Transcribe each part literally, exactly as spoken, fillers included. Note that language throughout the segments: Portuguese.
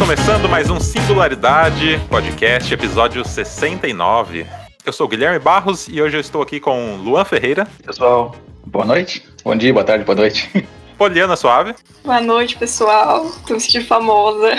Começando mais um Singularidade Podcast, episódio sessenta e nove. Eu sou o Guilherme Barros e hoje eu estou aqui com Luan Ferreira. Pessoal, boa noite. Bom dia, boa tarde, boa noite. Poliana Suave. Boa noite, pessoal. Tô me sentindo famosa.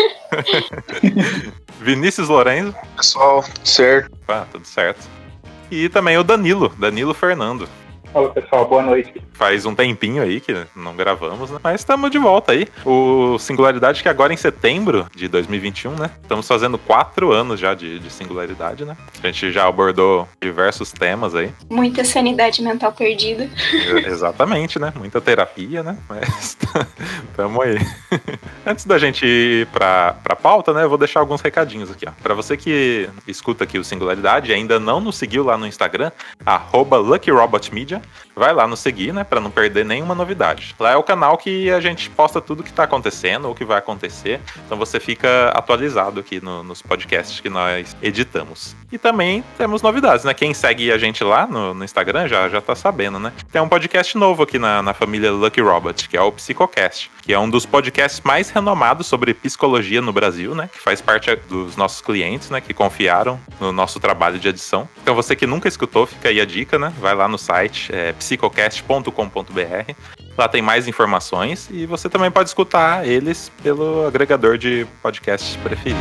Vinícius Lorenzo. Pessoal, certo. Ah, tudo certo. E também o Danilo, Danilo Fernando. Olá, pessoal, boa noite. Faz um tempinho aí que não gravamos, né? Mas estamos de volta aí. O Singularidade que agora em setembro de dois mil e vinte e um, né? Estamos fazendo quatro anos já de, de Singularidade, né? A gente já abordou diversos temas aí. Muita sanidade mental perdida. Exatamente, né? Muita terapia, né? Mas tamo aí. Antes da gente ir pra, pra pauta, né? Eu vou deixar alguns recadinhos aqui, ó. Pra você que escuta aqui o Singularidade e ainda não nos seguiu lá no Instagram, arroba LuckyRobotMedia, vai lá nos seguir, né? Pra não perder nenhuma novidade. Lá é o canal que a gente posta tudo que tá acontecendo ou que vai acontecer. Então você fica atualizado aqui no, nos podcasts que nós editamos. E também temos novidades, né? Quem segue a gente lá no, no Instagram já, já tá sabendo, né? Tem um podcast novo aqui na, na família Lucky Robot, que é o Psicocast, que é um dos podcasts mais renomados sobre psicologia no Brasil, né? Que faz parte dos nossos clientes, né? Que confiaram no nosso trabalho de edição. Então você que nunca escutou, fica aí a dica, né? Vai lá no site, é psicocast ponto com ponto b r. Lá tem mais informações e você também pode escutar eles pelo agregador de podcasts preferido.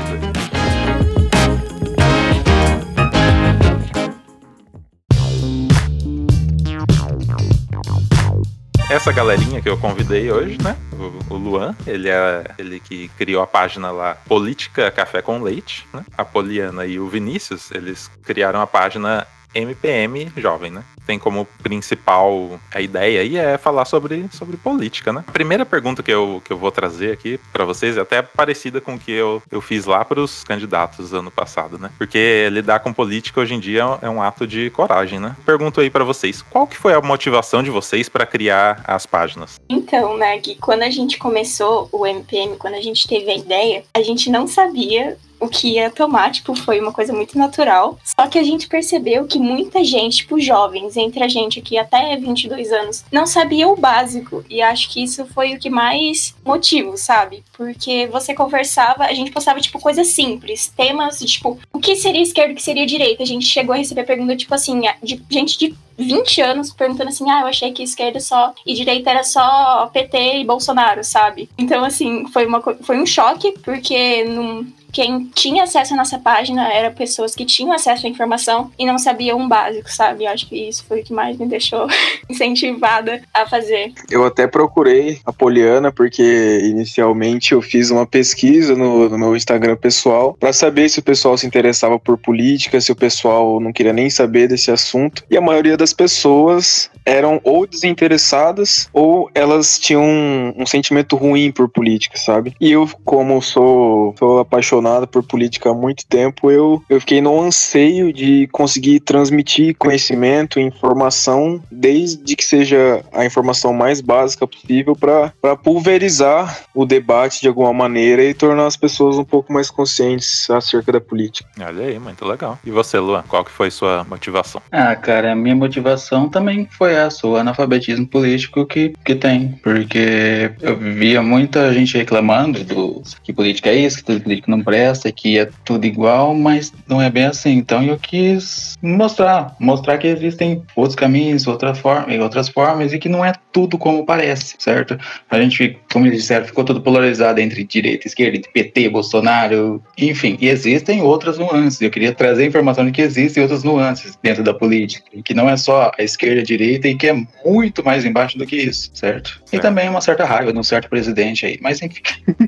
Essa galerinha que eu convidei hoje, né? O, o Luan, ele é ele que criou a página lá Política Café com Leite, né? A Poliana e o Vinícius, eles criaram a página M P M Jovem, né? Tem como principal a ideia aí é falar sobre, sobre política, né? A primeira pergunta que eu, que eu vou trazer aqui pra vocês é até parecida com o que eu, eu fiz lá pros candidatos ano passado, né? Porque lidar com política hoje em dia é um ato de coragem, né? Pergunto aí pra vocês, qual que foi a motivação de vocês pra criar as páginas? Então, né, que quando a gente começou o M P M, quando a gente teve a ideia, a gente não sabia o que ia tomar, tipo, foi uma coisa muito natural. Só que a gente percebeu que muita gente, tipo, jovens, entre a gente aqui até vinte e dois anos, não sabia o básico. E acho que isso foi o que mais motivou, sabe? Porque você conversava, a gente postava, tipo, coisas simples, temas, tipo, o que seria esquerda, o que seria direita. A gente chegou a receber pergunta, tipo assim, de gente de vinte anos perguntando assim, ah, eu achei que esquerda só e direita era só P T e Bolsonaro, sabe? Então, assim, foi, uma, foi um choque, porque não... Quem tinha acesso à nossa página eram pessoas que tinham acesso à informação e não sabiam um básico, sabe? Eu acho que isso foi o que mais me deixou incentivada a fazer. Eu até procurei a Poliana porque inicialmente eu fiz uma pesquisa no, no meu Instagram pessoal para saber se o pessoal se interessava por política, se o pessoal não queria nem saber desse assunto. E a maioria das pessoas eram ou desinteressadas ou elas tinham um, um sentimento ruim por política, sabe? E eu, como sou, sou apaixonado por política há muito tempo, eu, eu fiquei no anseio de conseguir transmitir conhecimento e informação, desde que seja a informação mais básica possível, para pulverizar o debate de alguma maneira e tornar as pessoas um pouco mais conscientes acerca da política. Olha aí, muito legal. E você, Luan, qual que foi sua motivação? Ah, cara, a minha motivação também foi essa, o analfabetismo político que, que tem, porque eu via muita gente reclamando do que política é isso, que tudo político não presta, que é tudo igual, mas não é bem assim. Então eu quis mostrar, mostrar que existem outros caminhos, outra forma, outras formas, e que não é tudo como parece, certo? A gente, como eles disseram, ficou tudo polarizado entre direita, esquerda, P T, Bolsonaro, enfim, e existem outras nuances. Eu queria trazer a informação de que existem outras nuances dentro da política, e que não é só a esquerda e a direita, e que é muito mais embaixo do que isso, certo? certo. E também uma certa raiva de um certo presidente aí, mas enfim.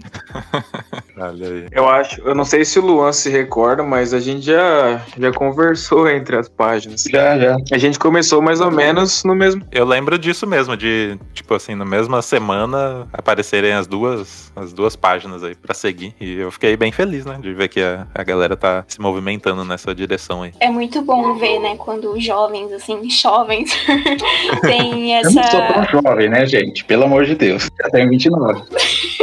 Olha aí. Eu acho, eu não sei se o Luan se recorda, mas a gente já, já conversou entre as páginas. Já, já. A gente começou mais ou menos no mesmo... Eu lembro disso mesmo, de, tipo assim, na mesma semana aparecerem as duas, as duas páginas aí pra seguir. E eu fiquei bem feliz, né, de ver que a, a galera tá se movimentando nessa direção aí. É muito bom ver, né, quando os jovens, assim, jovens, tem essa... Eu não sou tão jovem, né, gente? Pelo amor de Deus. Já tenho vinte e nove.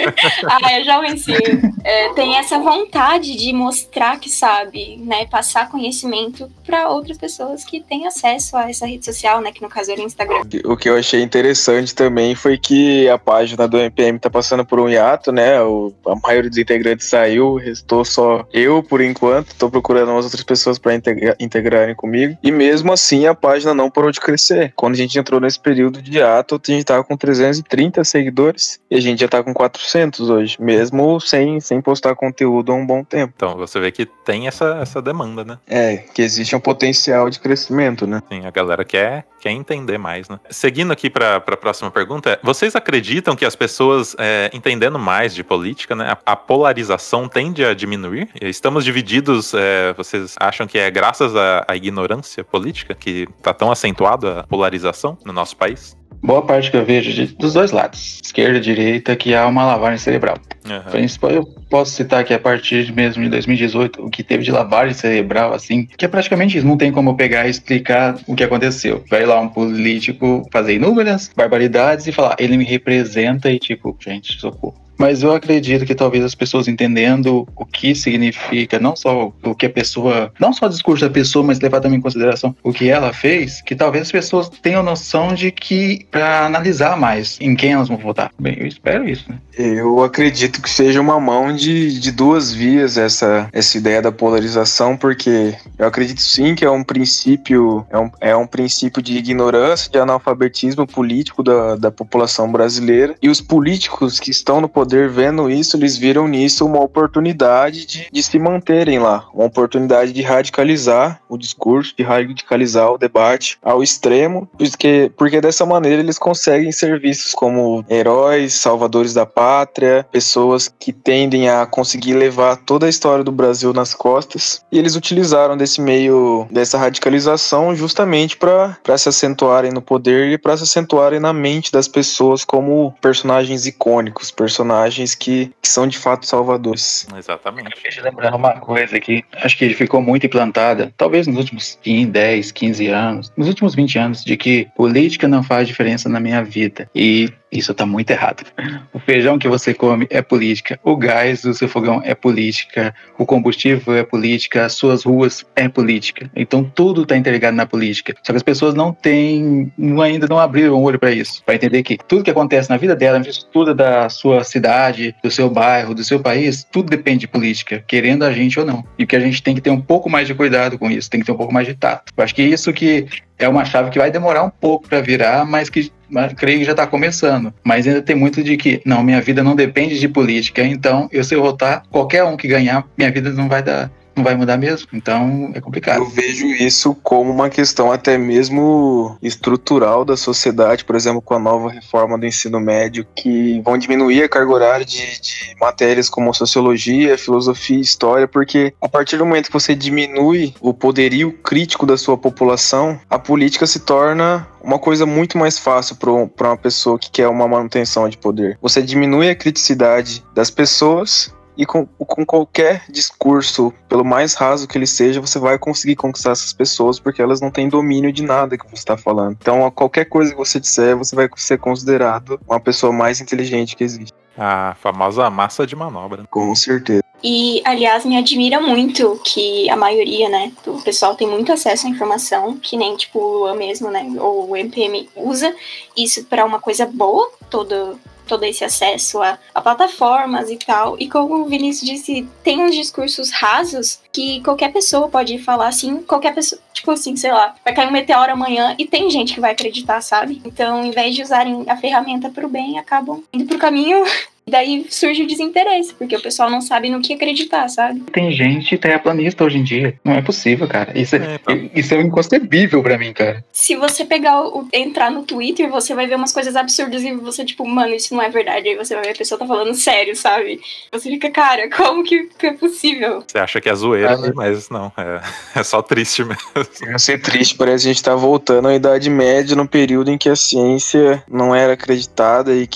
Ah, eu já venci. É, tem essa vontade de mostrar que sabe, né? Passar conhecimento para outras pessoas que têm acesso a essa rede social, né? Que no caso era o Instagram. O que eu achei interessante também foi que a página do M P M tá passando por um hiato, né? O, a maioria dos integrantes saiu, restou só eu por enquanto. Tô procurando umas outras pessoas para integra- integrarem comigo. E mesmo assim a página não parou de crescer. Quando a gente entrou nesse período de hiato, a gente tava com trezentos e trinta seguidores e a gente já tá com quatrocentos hoje, mesmo sem, sem postar conteúdo há um bom tempo. Então, você vê que tem essa, essa demanda, né? É, que existe um potencial de crescimento, né? Sim, a galera quer, quer entender mais, né? Seguindo aqui para a próxima pergunta, vocês acreditam que as pessoas, é, entendendo mais de política, né, a, a polarização tende a diminuir? Estamos divididos, é, vocês acham que é graças à, à ignorância política que está tão acentuada a polarização no nosso país? Boa parte que eu vejo de, dos dois lados, esquerda e direita, que há uma lavagem cerebral. Uhum. Principal, eu posso citar que a partir mesmo de dois mil e dezoito, o que teve de lavagem cerebral, assim, que é praticamente isso, não tem como pegar e explicar o que aconteceu. Vai lá um político fazer inúmeras barbaridades e falar, ele me representa e tipo, gente, socorro. Mas eu acredito que talvez as pessoas entendendo o que significa, não só o que a pessoa, não só o discurso da pessoa, mas levar também em consideração o que ela fez, que talvez as pessoas tenham noção de que, para analisar mais em quem elas vão votar. Bem, eu espero isso, né? Eu acredito que seja uma mão de, de duas vias essa, essa ideia da polarização, porque eu acredito sim que é um princípio, é um, é um princípio de ignorância, de analfabetismo político da, da população brasileira, e os políticos que estão no poder vendo isso, eles viram nisso uma oportunidade de, de se manterem lá, uma oportunidade de radicalizar o discurso, de radicalizar o debate ao extremo, porque, porque dessa maneira eles conseguem ser vistos como heróis, salvadores da pátria, pessoas que tendem a conseguir levar toda a história do Brasil nas costas, e eles utilizaram desse meio, dessa radicalização justamente para se acentuarem no poder e para se acentuarem na mente das pessoas como personagens icônicos, personagens Que, que são de fato salvadores. Exatamente. Deixa eu lembrar uma coisa que acho que ficou muito implantada, talvez nos últimos dez, quinze anos, nos últimos vinte anos, de que política não faz diferença na minha vida. E isso tá muito errado. O feijão que você come é política, o gás do seu fogão é política, o combustível é política, as suas ruas é política. Então tudo tá interligado na política. Só que as pessoas não têm, não, ainda não abriram o olho para isso, para entender que tudo que acontece na vida dela, tudo da sua cidade, do seu bairro, do seu país, tudo depende de política, querendo a gente ou não. E que a gente tem que ter um pouco mais de cuidado com isso, tem que ter um pouco mais de tato. Eu acho que isso que é uma chave que vai demorar um pouco para virar, mas que mas creio que já está começando. Mas ainda tem muito de que, não, minha vida não depende de política, então eu se eu votar, qualquer um que ganhar, minha vida não vai dar, não vai mudar mesmo. Então é complicado. Eu vejo isso como uma questão até mesmo estrutural da sociedade, por exemplo, com a nova reforma do ensino médio, que vão diminuir a carga horária de, de matérias como sociologia, filosofia e história, porque a partir do momento que você diminui o poderio crítico da sua população, a política se torna uma coisa muito mais fácil para uma pessoa que quer uma manutenção de poder. Você diminui a criticidade das pessoas e com, com qualquer discurso, pelo mais raso que ele seja, você vai conseguir conquistar essas pessoas porque elas não têm domínio de nada que você está falando. Então, a qualquer coisa que você disser, você vai ser considerado uma pessoa mais inteligente que existe. A famosa massa de manobra. Com certeza. E, aliás, me admira muito que a maioria, né, do pessoal tem muito acesso à informação, que nem, tipo, o Luan mesmo, né, ou o M P M usa isso para uma coisa boa, todo, todo esse acesso a, a plataformas e tal. E como o Vinícius disse, tem uns discursos rasos que qualquer pessoa pode falar assim, qualquer pessoa, tipo assim, sei lá, vai cair um meteoro amanhã e tem gente que vai acreditar, sabe? Então, ao invés de usarem a ferramenta pro bem, acabam indo pro caminho. E daí surge o desinteresse, porque o pessoal não sabe no que acreditar, sabe? Tem gente terraplanista hoje em dia. Não é possível, cara. Isso é, é, tá. isso é inconcebível pra mim, cara. Se você pegar o, entrar no Twitter, você vai ver umas coisas absurdas e você, tipo, mano, isso não é verdade. Aí você vai ver a pessoa tá falando sério, sabe? Você fica, cara, como que, que é possível? Você acha que é zoeira, Ah, né? Mas não, é, é só triste mesmo. Vai ser triste, parece que a gente tá voltando à Idade Média, no período em que a ciência não era acreditada e que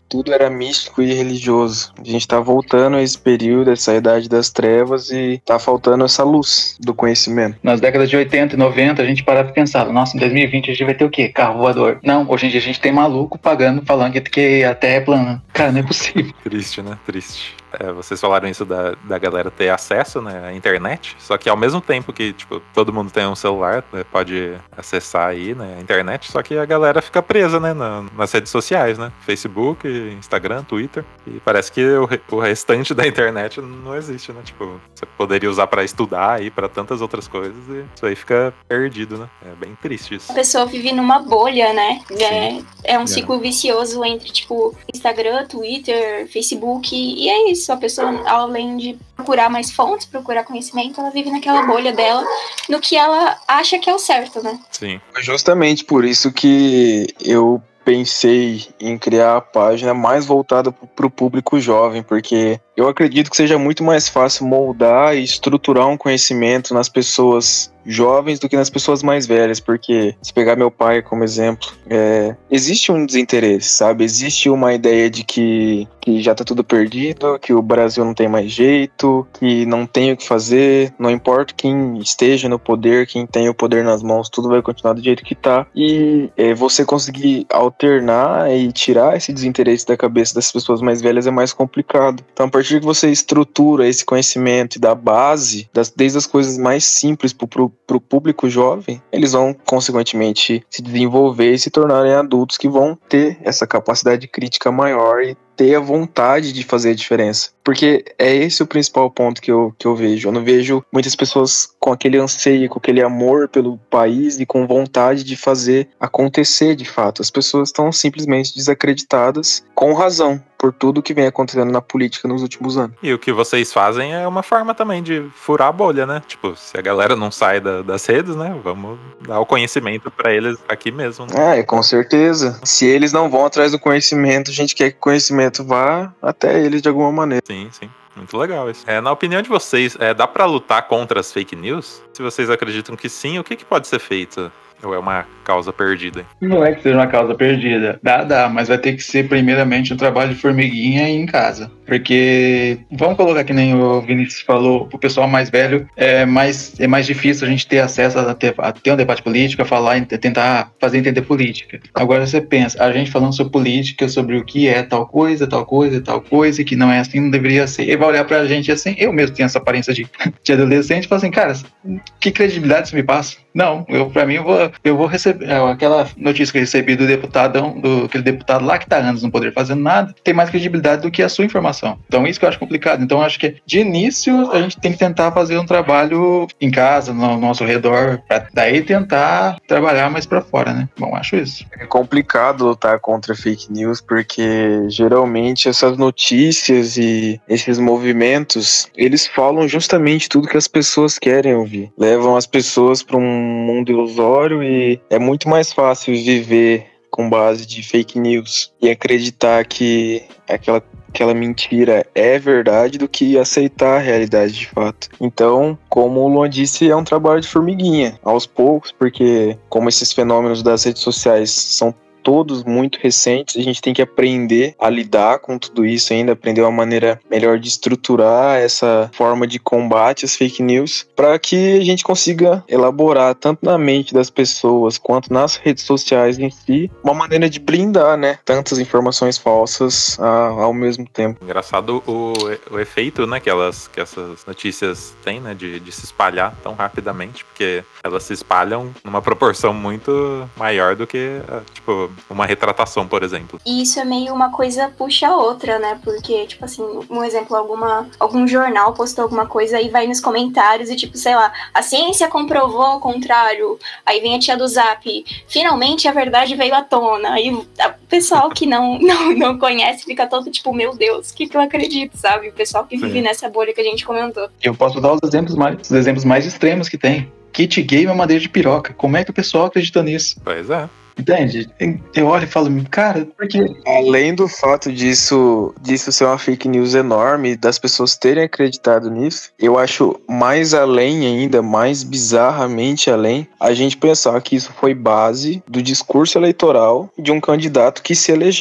tudo era místico e religioso. A gente tá voltando a esse período, essa idade das trevas, e tá faltando essa luz do conhecimento. Nas décadas de oitenta e noventa, a gente parava e pensava, nossa, em dois mil e vinte a gente vai ter o quê? Carro voador. Não, hoje em dia a gente tem maluco pagando, falando que, que a Terra é plana. Cara, não é possível. Triste, né? Triste. É, vocês falaram isso da, da galera ter acesso, né, à internet, só que ao mesmo tempo que, tipo, todo mundo tem um celular, né, pode acessar aí, né, a internet, só que a galera fica presa, né, na, nas redes sociais, né, Facebook, Instagram, Twitter, e parece que o, o restante da internet não existe, né, tipo, você poderia usar pra estudar aí, pra tantas outras coisas, e isso aí fica perdido, né, é bem triste isso. A pessoa vive numa bolha, né, é, é um ciclo é. vicioso entre, tipo, Instagram, Twitter, Facebook, e é isso. A pessoa, além de procurar mais fontes, procurar conhecimento, ela vive naquela bolha dela, no que ela acha que é o certo, né? Sim. Justamente por isso que eu pensei em criar a página mais voltada para o público jovem, porque eu acredito que seja muito mais fácil moldar e estruturar um conhecimento nas pessoas jovens do que nas pessoas mais velhas, porque se pegar meu pai como exemplo, é, existe um desinteresse, sabe? Existe uma ideia de que, que já tá tudo perdido, que o Brasil não tem mais jeito, que não tem o que fazer, não importa quem esteja no poder, quem tem o poder nas mãos, tudo vai continuar do jeito que tá. E é, você conseguir alternar e tirar esse desinteresse da cabeça das pessoas mais velhas é mais complicado. Então, a partir que você estrutura esse conhecimento e dá base, das, desde as coisas mais simples pro, pro, pro público jovem, eles vão, consequentemente, se desenvolver e se tornarem adultos que vão ter essa capacidade crítica maior e ter a vontade de fazer a diferença. Porque é esse o principal ponto que eu, que eu vejo. Eu não vejo muitas pessoas com aquele anseio, com aquele amor pelo país e com vontade de fazer acontecer de fato. As pessoas estão simplesmente desacreditadas, com razão, por tudo que vem acontecendo na política nos últimos anos. E o que vocês fazem é uma forma também de furar a bolha, né? Tipo, se a galera não sai da, das redes, né? Vamos dar o conhecimento pra eles aqui mesmo. Né? É, com certeza. Se eles não vão atrás do conhecimento, a gente quer que o conhecimento vá até eles de alguma maneira. Sim, sim. Muito legal isso. É, na opinião de vocês, é, dá pra lutar contra as fake news? Se vocês acreditam que sim, o que, que pode ser feito? Ou é uma causa perdida? Não é que seja uma causa perdida. Dá, dá, mas vai ter que ser primeiramente um trabalho de formiguinha em casa. Porque, vamos colocar que nem o Vinícius falou, pro pessoal mais velho, é mais, é mais difícil a gente ter acesso a ter, a ter um debate político, a falar e tentar fazer entender política. Agora você pensa, a gente falando sobre política, sobre o que é tal coisa, tal coisa, tal coisa, que não é assim, não deveria ser. Ele vai olhar pra gente assim, eu mesmo tenho essa aparência de, de adolescente, e falo assim, cara, que credibilidade você me passa? Não, eu, pra mim, eu vou, eu vou receber aquela notícia que eu recebi do deputadão, do aquele deputado lá que tá anos no poder fazendo nada, tem mais credibilidade do que a sua informação. Então, isso que eu acho complicado. Então, eu acho que, de início, a gente tem que tentar fazer um trabalho em casa, no nosso redor, pra daí tentar trabalhar mais pra fora, né? Bom, acho isso. É complicado lutar contra fake news, porque, geralmente, essas notícias e esses movimentos, eles falam justamente tudo que as pessoas querem ouvir. Levam as pessoas pra um mundo ilusório e é muito mais fácil viver com base de fake news e acreditar que aquela, aquela mentira é verdade do que aceitar a realidade de fato. Então, como o Luan disse, é um trabalho de formiguinha, aos poucos, porque como esses fenômenos das redes sociais são todos muito recentes, a gente tem que aprender a lidar com tudo isso ainda, aprender uma maneira melhor de estruturar essa forma de combate às fake news, para que a gente consiga elaborar, tanto na mente das pessoas, quanto nas redes sociais em si, uma maneira de blindar, né, tantas informações falsas a, ao mesmo tempo. Engraçado o, o efeito, né, que, elas, que essas notícias têm, né, de, de se espalhar tão rapidamente, porque elas se espalham numa proporção muito maior do que, tipo, uma retratação, por exemplo. E isso é meio uma coisa puxa a outra, né? Porque, tipo assim, um exemplo, alguma, algum jornal postou alguma coisa e vai nos comentários e tipo, sei lá, a ciência comprovou ao contrário. Aí vem a tia do Zap, finalmente a verdade veio à tona. Aí o pessoal que não, não, não conhece fica todo tipo, meu Deus, o que, que eu acredito, sabe? O pessoal que vive Sim. nessa bolha que a gente comentou. Eu posso dar os exemplos mais, os exemplos mais extremos que tem. Kit gay é madeira de piroca. Como é que o pessoal acredita nisso? Pois é. Entende? Eu olho e falo, cara, por quê? Além do fato disso, disso ser uma fake news enorme, das pessoas terem acreditado nisso, eu acho mais além ainda, mais bizarramente além, a gente pensar que isso foi base do discurso eleitoral de um candidato que se elegeu.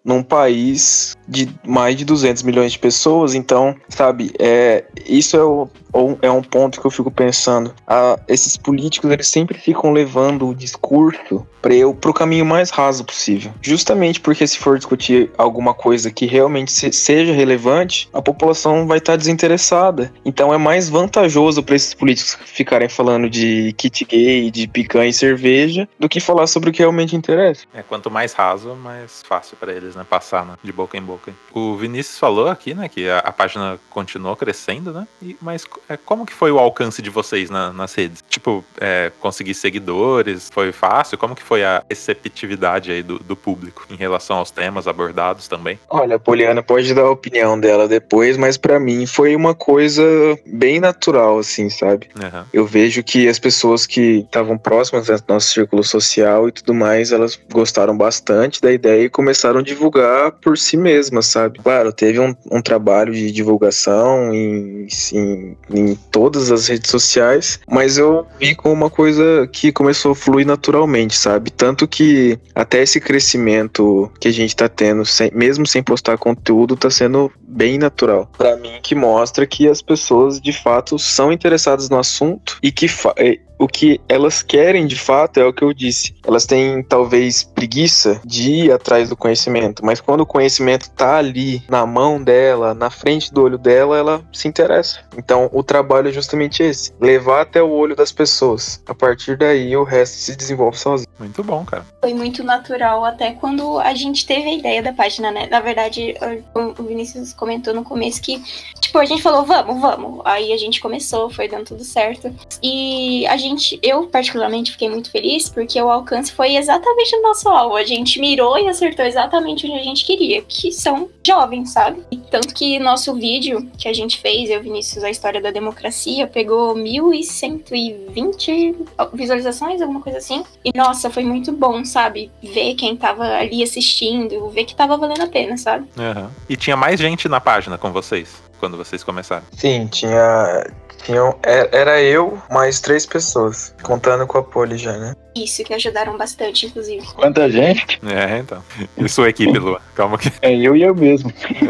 num país de mais de duzentos milhões de pessoas. Então, sabe, é, isso é, o, é um ponto que eu fico pensando. Ah, esses políticos, eles sempre ficam levando o discurso para o caminho mais raso possível. Justamente porque se for discutir alguma coisa que realmente se, seja relevante, a população vai estar desinteressada. Então é mais vantajoso para esses políticos ficarem falando de kit gay, de picanha e cerveja, do que falar sobre o que realmente interessa. É, quanto mais raso, mais fácil para eles, né, passar, né, de boca em boca. O Vinícius falou aqui, né, que a, a página continuou crescendo, né, e, mas é, como que foi o alcance de vocês na, nas redes? Tipo, é, conseguir seguidores, foi fácil? Como que foi a receptividade aí do, do público em relação aos temas abordados também? Olha, a Poliana pode dar a opinião dela depois, mas pra mim foi uma coisa bem natural, assim, sabe? Uhum. Eu vejo que as pessoas que estavam próximas do nosso círculo social e tudo mais, elas gostaram bastante da ideia e começaram a divulgar por si mesmas, sabe? Claro, teve um, um trabalho de divulgação em, em, em todas as redes sociais, mas eu vi como uma coisa que começou a fluir naturalmente, sabe? Tanto que até esse crescimento que a gente tá tendo, sem, mesmo sem postar conteúdo, tá sendo bem natural. Pra mim, que mostra que as pessoas, de fato, são interessadas no assunto e que fa- o que elas querem, de fato, é o que eu disse. Elas têm, talvez, preguiça de ir atrás do conhecimento, mas quando o conhecimento tá ali, na mão dela, na frente do olho dela, ela se interessa. Então, o trabalho é justamente esse. Levar até o olho das pessoas. A partir daí, o resto se desenvolve sozinho. Muito bom, cara. Foi muito natural até quando a gente teve a ideia da página, né? Na verdade, o Vinícius comentou no começo que, tipo, a gente falou, vamos, vamos. Aí a gente começou, foi dando tudo certo. E a gente Gente, eu particularmente fiquei muito feliz porque o alcance foi exatamente o nosso alvo. A gente mirou e acertou exatamente onde a gente queria, que são jovens, sabe? E tanto que nosso vídeo que a gente fez, eu, Vinícius, a história da democracia, pegou mil cento e vinte visualizações, alguma coisa assim. E nossa, foi muito bom, sabe? Ver quem tava ali assistindo, ver que tava valendo a pena, sabe? Uhum. E tinha mais gente na página com vocês, quando vocês começaram? Sim, tinha... tinha era eu mais três pessoas, contando com a Poli já, né? Isso, que ajudaram bastante, inclusive. Quanta gente? É, então. E sua equipe, Lua? Calma que... É eu e eu mesmo.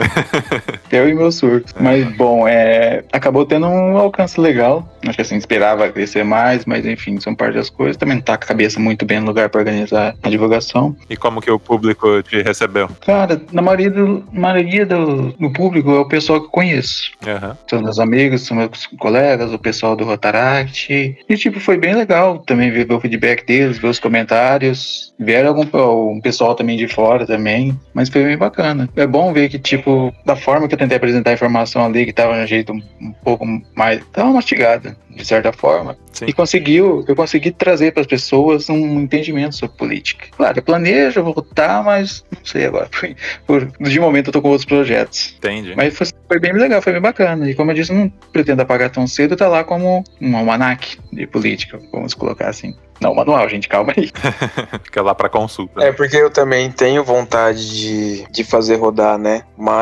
Eu e meu surto. É. Mas, bom, é... acabou tendo um alcance legal. Acho que assim, esperava crescer mais, mas enfim, são parte das coisas. Também não tá com a cabeça muito bem no lugar pra organizar a divulgação. E como que o público te recebeu? Cara, na maioria do, maioria do, do público é o pessoal que eu conheço. Uhum. São meus amigos, são meus colegas, o pessoal do Rotaract. E, tipo, foi bem legal também ver o feedback deles, ver os comentários. Vieram algum um pessoal também de fora também, mas foi bem bacana. É bom ver que, tipo, da forma que eu tentei apresentar a informação ali, que tava de um jeito um, um pouco mais... tava mastigada, de certa forma. Sim. E conseguiu, eu consegui trazer para as pessoas um entendimento sobre política. Claro, eu planejo voltar, mas não sei agora. Por, por, de momento eu tô com outros projetos. Entendi. Mas foi, foi bem legal, foi bem bacana. E como eu disse, eu não pretendo apagar tão cedo, tá lá como um almanaque de política, vamos colocar assim. Não, manual, gente, calma aí. Fica lá pra consulta. É, porque eu também tenho vontade de, de fazer rodar, né?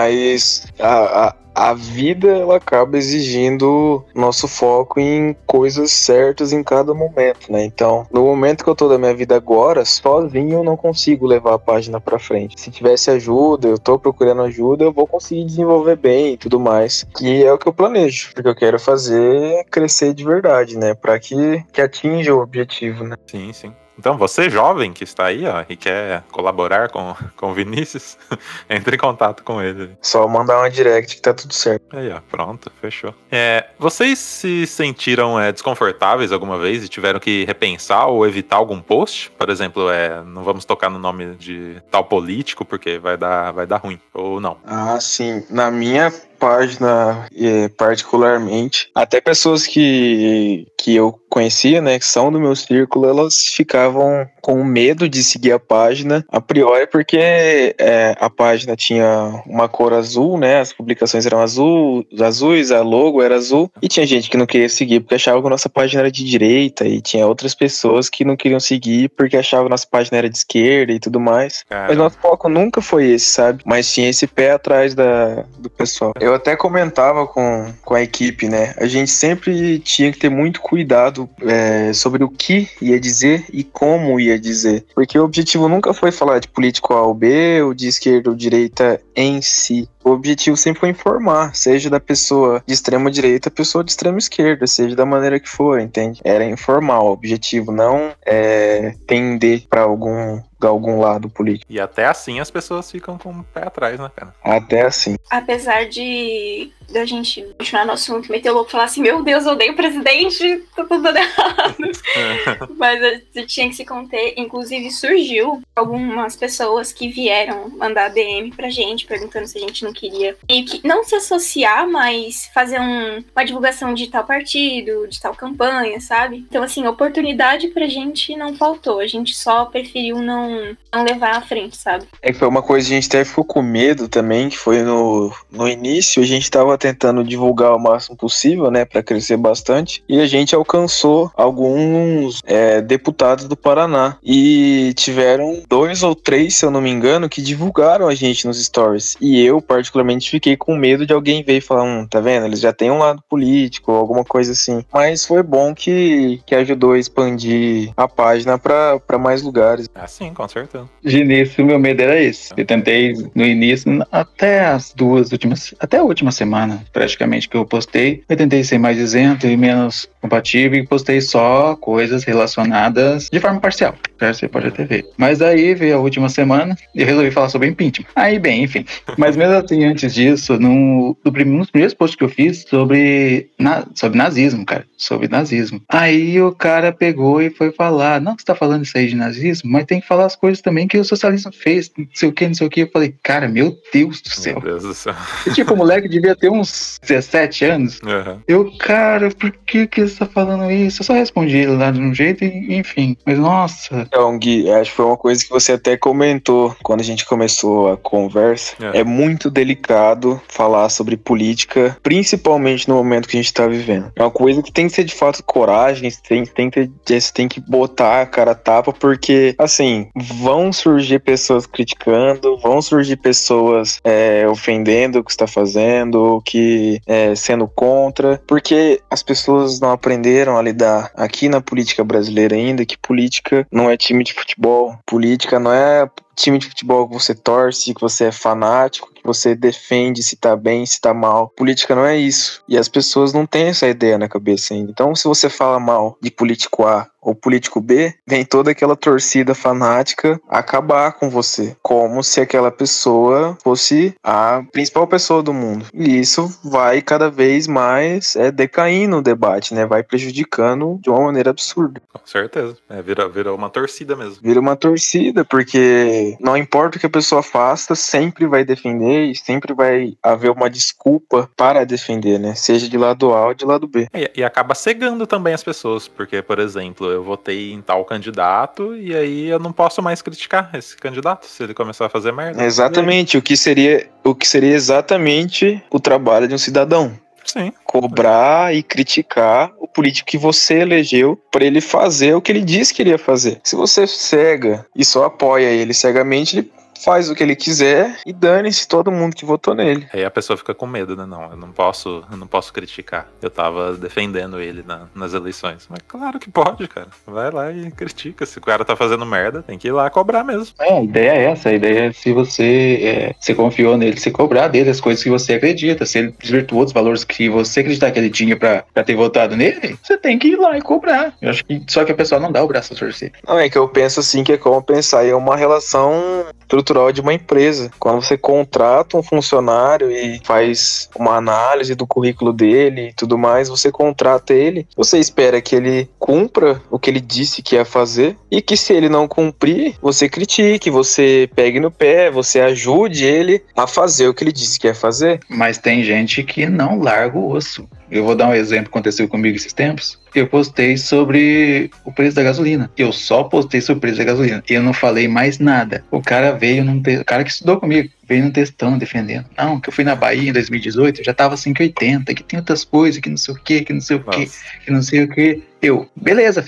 Mas a, a, a vida, ela acaba exigindo nosso foco em coisas certas em cada momento, né? Então, no momento que eu tô da minha vida agora, sozinho eu não consigo levar a página pra frente. Se tivesse ajuda, eu tô procurando ajuda, eu vou conseguir desenvolver bem e tudo mais. Que é o que eu planejo, porque eu quero fazer crescer de verdade, né? Pra que, que atinja o objetivo, né? Sim, sim. Então, você jovem que está aí, ó, e quer colaborar com, com o Vinícius, entre em contato com ele. Só mandar uma direct que tá tudo certo. Aí, ó, pronto, fechou. É, vocês se sentiram é, desconfortáveis alguma vez e tiveram que repensar ou evitar algum post? Por exemplo, é, não vamos tocar no nome de tal político porque vai dar, vai dar ruim, ou não? Ah, sim. Na minha página, particularmente, até pessoas que, que eu conhecia, né, que são do meu círculo, elas ficavam com medo de seguir a página, a priori, porque é, a página tinha uma cor azul, né, as publicações eram azul, azuis, a logo era azul, e tinha gente que não queria seguir porque achava que a nossa página era de direita, e tinha outras pessoas que não queriam seguir porque achavam que a nossa página era de esquerda e tudo mais. Caramba. Mas nosso foco nunca foi esse, sabe? Mas tinha esse pé atrás da, do pessoal. Eu até comentava com, com a equipe, né? A gente sempre tinha que ter muito cuidado é, sobre o que ia dizer e como ia dizer. Porque o objetivo nunca foi falar de político A ou B, ou de esquerda ou direita em si. O objetivo sempre foi informar, seja da pessoa de extrema direita, pessoa de extrema esquerda, seja da maneira que for, entende? Era informar, o objetivo não é tender para algum, algum lado político. E até assim as pessoas ficam com o pé atrás, né, cara? Até assim. Apesar de da gente continuar no assunto, meter o louco e falar assim, meu Deus, eu odeio o presidente, tá tudo dando errado. Mas a gente tinha que se conter. Inclusive surgiu algumas pessoas que vieram mandar D M pra gente, perguntando se a gente não queria meio que não se associar, mas fazer um, uma divulgação de tal partido, de tal campanha, sabe? Então, assim, oportunidade pra gente não faltou. A gente só preferiu não, não levar à frente, sabe? É que foi uma coisa que a gente até ficou com medo também, que foi no, no início, a gente tava tentando divulgar o máximo possível, né, para crescer bastante, e a gente alcançou alguns é, deputados do Paraná, e tiveram dois ou três, se eu não me engano, que divulgaram a gente nos stories, e eu particularmente fiquei com medo de alguém ver e falar, hum, tá vendo, eles já têm um lado político, alguma coisa assim, mas foi bom que, que ajudou a expandir a página para mais lugares. Ah, sim, com certeza. De início, meu medo era esse. Eu tentei no início, até as duas últimas, até a última semana, praticamente, que eu postei, eu tentei ser mais isento e menos compatível e postei só coisas relacionadas de forma parcial, certo? Você pode até ver. Mas aí veio a última semana e eu resolvi falar sobre impeachment. Aí, bem, enfim. Mas mesmo assim, antes disso, no, no prim, nos primeiros posts que eu fiz sobre, na, sobre nazismo, cara, sobre nazismo. Aí o cara pegou e foi falar, não, você tá falando isso aí de nazismo, mas tem que falar as coisas também que o socialismo fez, não sei o que, não sei o que. Eu falei, cara, meu Deus do céu. Meu Deus do céu. E, tipo, o moleque devia ter uns dezessete anos. Uhum. Eu, cara, por que que você tá falando isso? Eu só respondi ele lá de um jeito e, enfim. Mas, nossa. Então, Gui, acho que foi uma coisa que você até comentou quando a gente começou a conversa. É, é muito delicado falar sobre política, principalmente no momento que a gente tá vivendo. É uma coisa que tem que ser, de fato, coragem, você tem, tem, que, ter, você tem que botar a cara a tapa, porque, assim, vão surgir pessoas criticando, vão surgir pessoas é, ofendendo o que você tá fazendo, que é, sendo contra, porque as pessoas não aprenderam a lidar aqui na política brasileira ainda, que política não é time de futebol, política não é time de futebol que você torce, que você é fanático, que você defende se tá bem, se tá mal. Política não é isso. E as pessoas não têm essa ideia na cabeça ainda. Então, se você fala mal de político A ou político B, vem toda aquela torcida fanática acabar com você. Como se aquela pessoa fosse a principal pessoa do mundo. E isso vai cada vez mais é, decaindo o debate, né? Vai prejudicando de uma maneira absurda. Com certeza. É, vira, vira uma torcida mesmo. Vira uma torcida, porque não importa o que a pessoa faça, sempre vai defender e sempre vai haver uma desculpa para defender, né? Seja de lado A ou de lado B. E, e acaba cegando também as pessoas, porque, por exemplo, eu votei em tal candidato e aí eu não posso mais criticar esse candidato se ele começar a fazer merda. Exatamente, o que seria, o que seria exatamente o trabalho de um cidadão. Sim. Cobrar e criticar o político que você elegeu para ele fazer o que ele disse que ele ia fazer. Se você cega e só apoia ele cegamente, ele faz o que ele quiser e dane-se todo mundo que votou nele. Aí a pessoa fica com medo, né? Não, eu não posso, eu não posso criticar. Eu tava defendendo ele na, nas eleições. Mas claro que pode, cara. Vai lá e critica. Se o cara tá fazendo merda, tem que ir lá cobrar mesmo. É, a ideia é essa. A ideia é se você, é, você confiou nele, você cobrar dele as coisas que você acredita. Se ele desvirtuou os valores que você acreditar que ele tinha pra, pra ter votado nele, você tem que ir lá e cobrar. Eu acho que só que a pessoa não dá o braço a torcer. Não, é que eu penso assim que é como pensar em uma relação estrutural de uma empresa. Quando você contrata um funcionário e faz uma análise do currículo dele e tudo mais, você contrata ele, você espera que ele cumpra o que ele disse que ia fazer e que se ele não cumprir, você critique, você pegue no pé, você ajude ele a fazer o que ele disse que ia fazer. Mas tem gente que não larga o osso. Eu vou dar um exemplo que aconteceu comigo esses tempos. Eu postei sobre o preço da gasolina. Eu só postei sobre o preço da gasolina. Eu não falei mais nada. O cara veio num te... O cara que estudou comigo veio num textão defendendo. Não, que eu fui na Bahia em dois mil e dezoito, já tava cinco e oitenta, que tem outras coisas, que não sei o que, que não sei o que, que não sei o que. Eu, beleza, fera.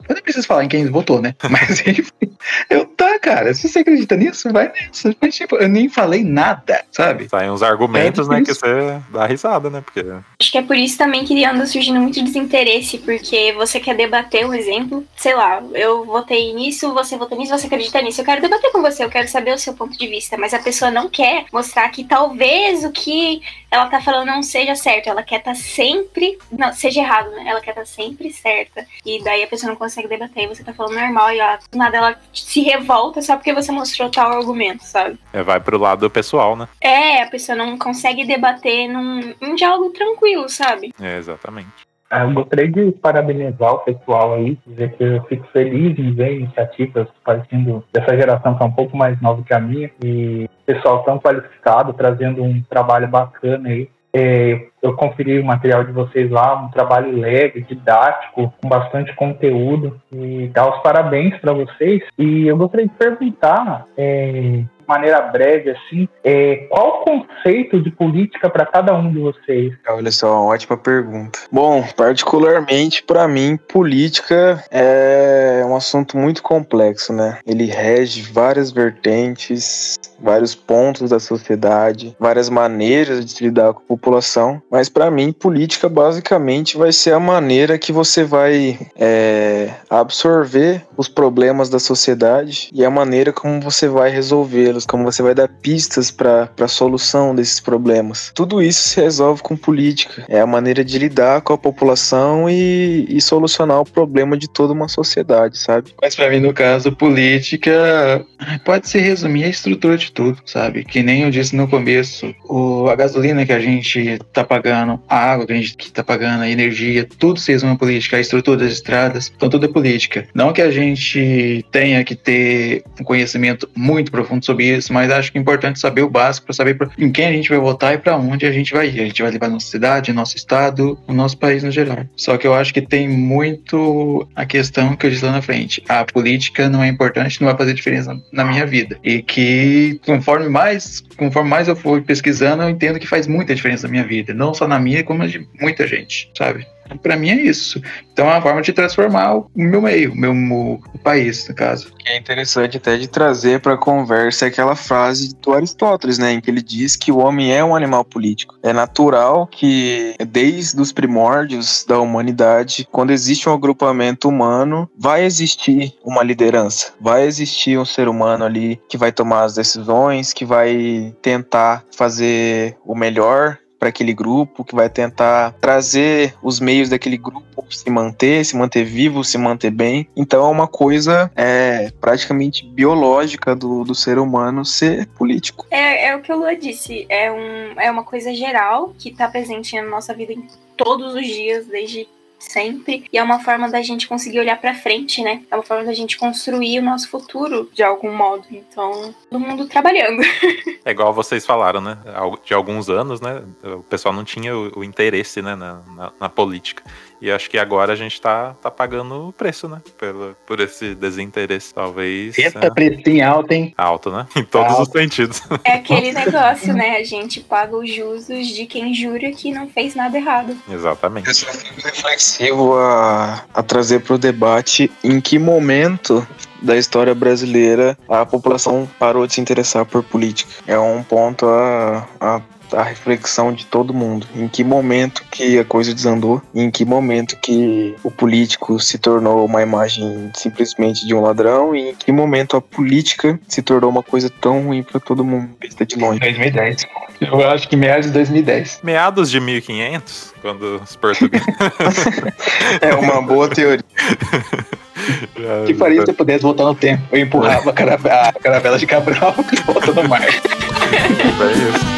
Eu nem preciso falar em quem votou, né? Mas enfim, eu, tá, cara, se você acredita nisso, vai nisso. Mas, tipo, eu nem falei nada, sabe? Saem uns argumentos, É né, que isso. você dá risada, né? Porque Acho que é por isso também que anda surgindo muito desinteresse, porque você quer debater um exemplo, sei lá, eu votei nisso, você votou nisso, você acredita nisso. Eu quero debater com você, eu quero saber o seu ponto de vista, mas a pessoa não quer mostrar que talvez o que ela tá falando não seja certo, ela quer estar tá sempre, não, seja errado, né? Ela quer estar tá sempre certa. E daí a pessoa não consegue debater, e você tá falando normal, e ó, do nada ela se revolta só porque você mostrou tal argumento, sabe? é, vai pro lado pessoal, né? É, a pessoa não consegue debater num, num diálogo tranquilo, sabe? É, exatamente. Eu gostaria de parabenizar o pessoal aí, dizer que eu fico feliz em ver iniciativas partindo dessa geração que é um pouco mais nova que a minha, e pessoal tão qualificado, trazendo um trabalho bacana aí. É, eu conferi o material de vocês lá, um trabalho leve, didático, com bastante conteúdo, e dar os parabéns para vocês. E eu gostaria de perguntar, é, de maneira breve, assim, é, qual o conceito de política para cada um de vocês? Olha só, uma ótima pergunta. Bom, particularmente para mim, política é um assunto muito complexo, né? Ele rege várias vertentes, vários pontos da sociedade, várias maneiras de se lidar com a população, mas para mim, política basicamente vai ser a maneira que você vai é, absorver os problemas da sociedade e a maneira como você vai resolvê-los, como você vai dar pistas para a solução desses problemas. Tudo isso se resolve com política. É a maneira de lidar com a população e, e solucionar o problema de toda uma sociedade, sabe? Mas pra mim, no caso, política pode se resumir a estrutura de tudo, sabe? Que nem eu disse no começo, o, a gasolina que a gente tá pagando, a água que a gente tá pagando, a energia, tudo se resume a política, a estrutura das estradas, então tudo é política. Não que a gente tenha que ter um conhecimento muito profundo sobre isso, mas acho que é importante saber o básico para saber pra, em quem a gente vai votar e para onde a gente vai ir. A gente vai levar nossa cidade, nosso estado, o nosso país no geral. Só que eu acho que tem muito a questão que eu disse lá na frente. A política não é importante, não vai fazer diferença na minha vida. E que conforme mais, conforme mais eu for pesquisando, eu entendo que faz muita diferença na minha vida. Não só na minha, como na de muita gente, sabe? Pra mim é isso. Então é uma forma de transformar o meu meio, o meu o país, no caso. É interessante até de trazer para a conversa aquela frase do Aristóteles, né, em que ele diz que o homem é um animal político. É natural que desde os primórdios da humanidade, quando existe um agrupamento humano, vai existir uma liderança, vai existir um ser humano ali que vai tomar as decisões, que vai tentar fazer o melhor para aquele grupo, que vai tentar trazer os meios daquele grupo se manter, se manter vivo, se manter bem. Então é uma coisa é, praticamente biológica do, do ser humano ser político. É, é o que o Lua disse, é, um, é uma coisa geral que está presente na nossa vida em todos os dias, desde sempre, e é uma forma da gente conseguir olhar pra frente, né? É uma forma da gente construir o nosso futuro de algum modo. Então, todo mundo trabalhando. É igual vocês falaram, né? De alguns anos, né? O pessoal não tinha o, o interesse, né? Na, na, na política. E acho que agora a gente tá, tá pagando o preço, né? Pelo, por esse desinteresse. Talvez. Eita, é, precinho alto, hein? alto, né? Em todos Alto. os sentidos. É aquele negócio, né? A gente paga os juros de quem jura que não fez nada errado. Exatamente. Eu só fico reflexivo a, a trazer para o debate em que momento da história brasileira a população parou de se interessar por política. É um ponto a, a, a reflexão de todo mundo. Em que momento que a coisa desandou, em que momento que o político se tornou uma imagem simplesmente de um ladrão, e em que momento a política se tornou uma coisa tão ruim para todo mundo, vista de longe. dois mil e dez. Eu acho que meados de dois mil e dez. Meados de mil e quinhentos, quando os portugueses... É uma boa teoria. O que faria se eu pudesse voltar no tempo? Eu empurrava a caravela, a caravela de Cabral e volta no mar. É isso.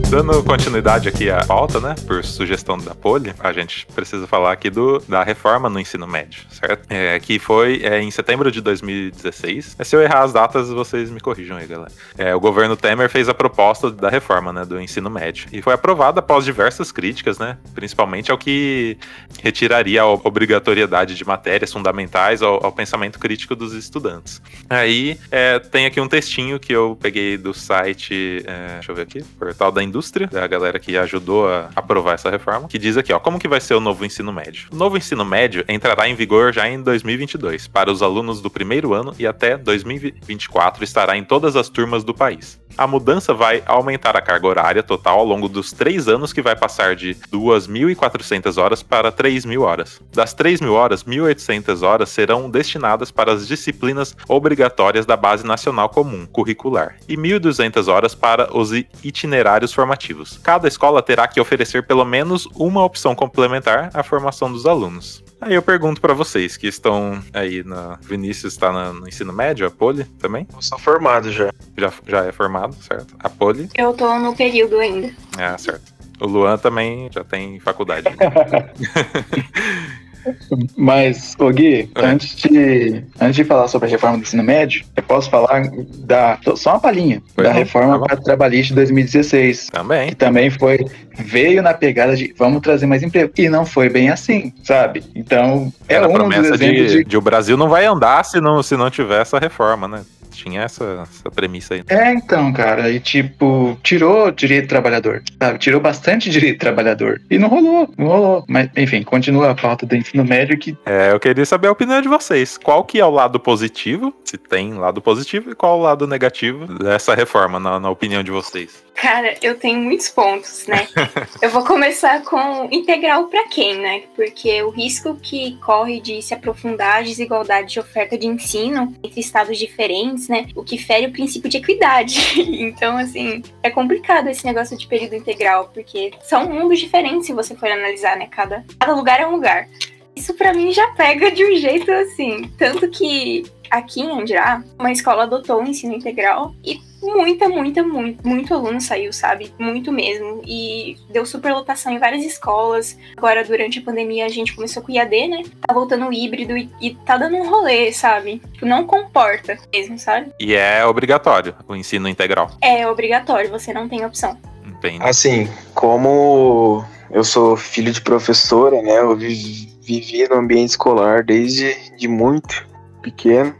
Dando continuidade aqui à pauta, né, por sugestão da Poli, a gente precisa falar aqui do, da reforma no ensino médio, certo? É, que foi é, em setembro de dois mil e dezesseis. Se eu errar as datas, vocês me corrijam aí, galera. É, o governo Temer fez a proposta da reforma, né, do ensino médio. E foi aprovada após diversas críticas, né, principalmente ao que retiraria a obrigatoriedade de matérias fundamentais ao, ao pensamento crítico dos estudantes. Aí, é, tem aqui um textinho que eu peguei do site, é, deixa eu ver aqui, Portal da Indústria, da galera que ajudou a aprovar essa reforma, que diz aqui, ó, como que vai ser o novo ensino médio? O novo ensino médio entrará em vigor já em dois mil e vinte e dois, para os alunos do primeiro ano, e até dois mil e vinte e quatro estará em todas as turmas do país. A mudança vai aumentar a carga horária total ao longo dos três anos, que vai passar de duas mil e quatrocentas horas para três mil horas. Das três mil horas, mil e oitocentas horas serão destinadas para as disciplinas obrigatórias da Base Nacional Comum Curricular e mil e duzentas horas para os itinerários formativos. Cada escola terá que oferecer pelo menos uma opção complementar à formação dos alunos. Aí eu pergunto pra vocês que estão aí na... Vinícius está na, no ensino médio, a Poli também? Eu sou formado já. Já, já é formado, certo? A Poli? Eu tô no período ainda. Ah, certo. O Luan também já tem faculdade. Mas, ô Gui, É. antes, de, antes de falar sobre a reforma do ensino médio, eu posso falar da, só uma palhinha, Foi da bom, reforma tá bom. trabalhista de dois mil e dezesseis. Também. Que também foi, veio na pegada de vamos trazer mais emprego. E não foi bem assim, sabe? Então, é Era a um dos promessa exemplos de, de... de o Brasil não vai andar se não, se não tiver essa reforma, né? Tinha essa, essa premissa aí. É, então, cara, e tipo, tirou direito do trabalhador, sabe? Tirou bastante direito do trabalhador. E não rolou, não rolou. Mas, enfim, continua a pauta do ensino médio que... É, eu queria saber a opinião de vocês. Qual que é o lado positivo, se tem lado positivo, e qual o lado negativo dessa reforma, na, na opinião de vocês? Cara, eu tenho muitos pontos, né? Eu vou começar com integral pra quem, né? Porque o risco que corre de se aprofundar a desigualdade de oferta de ensino entre estados diferentes, né? O que fere o princípio de equidade. Então, assim, é complicado esse negócio de período integral, porque são mundos diferentes se você for analisar, né? Cada, cada lugar é um lugar. Isso pra mim já pega de um jeito assim. Tanto que aqui em Andirá, uma escola adotou o ensino integral e muita, muita, muito, muito aluno saiu, sabe? Muito mesmo. E deu superlotação em várias escolas. Agora, durante a pandemia, a gente começou com o I A D, né? Tá voltando o híbrido e, e tá dando um rolê, sabe? Tipo, não comporta mesmo, sabe? E é obrigatório o ensino integral. É obrigatório, você não tem opção. Entende? Assim, como eu sou filho de professora, né? Eu vivi, vivi no ambiente escolar desde de muito pequeno.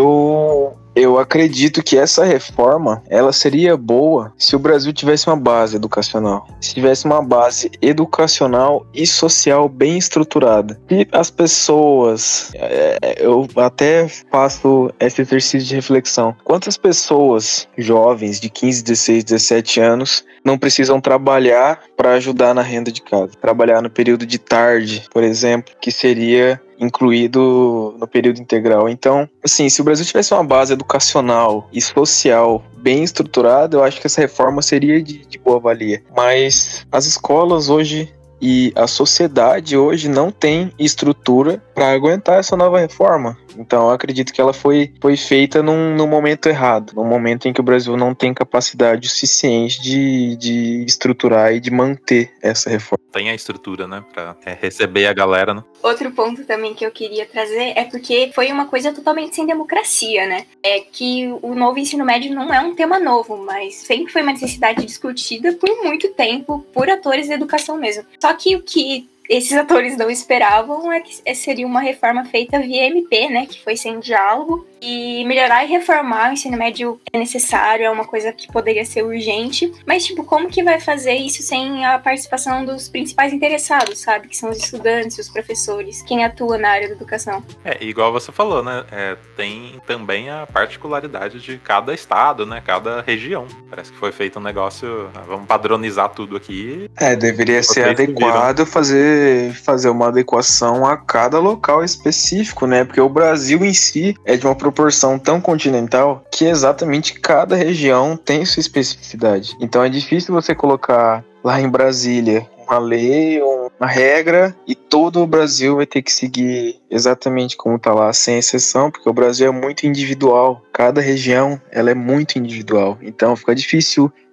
Eu... Eu acredito que essa reforma, ela seria boa se o Brasil tivesse uma base educacional. Se tivesse uma base educacional e social bem estruturada. E as pessoas, é, eu até faço esse exercício de reflexão. Quantas pessoas jovens de quinze, dezesseis, dezessete anos não precisam trabalhar para ajudar na renda de casa? Trabalhar no período de tarde, por exemplo, que seria incluído no período integral. Então, assim, se o Brasil tivesse uma base educacional e social bem estruturada, eu acho que essa reforma seria de, de boa valia. Mas as escolas hoje e a sociedade hoje não tem estrutura para aguentar essa nova reforma. Então eu acredito que ela foi, foi feita num, num momento errado, num momento em que o Brasil não tem capacidade suficiente de, de estruturar e de manter essa reforma. Tem a estrutura, né, pra é, receber a galera, né? Outro ponto também que eu queria trazer é porque foi uma coisa totalmente sem democracia, né? É que o novo ensino médio não é um tema novo, mas sempre foi uma necessidade discutida por muito tempo por atores da educação mesmo. Só que o que esses atores não esperavam é que seria uma reforma feita via M P, né? Que foi sem diálogo. E melhorar e reformar o ensino médio é necessário, é uma coisa que poderia ser urgente. Mas, tipo, como que vai fazer isso sem a participação dos principais interessados, sabe? Que são os estudantes, os professores, quem atua na área da educação. É, igual você falou, né? É, tem também a particularidade de cada estado, né? Cada região. Parece que foi feito um negócio... Ah, vamos padronizar tudo aqui. É, deveria ser Vocês que adequado fazer, fazer uma adequação a cada local específico, né? Porque o Brasil em si é de uma proporção tão continental que exatamente cada região tem sua especificidade. Então é difícil você colocar lá em Brasília uma lei, uma regra, e todo o Brasil vai ter que seguir exatamente como está lá, sem exceção, porque o Brasil é muito individual. Cada região ela é muito individual. Então fica difícil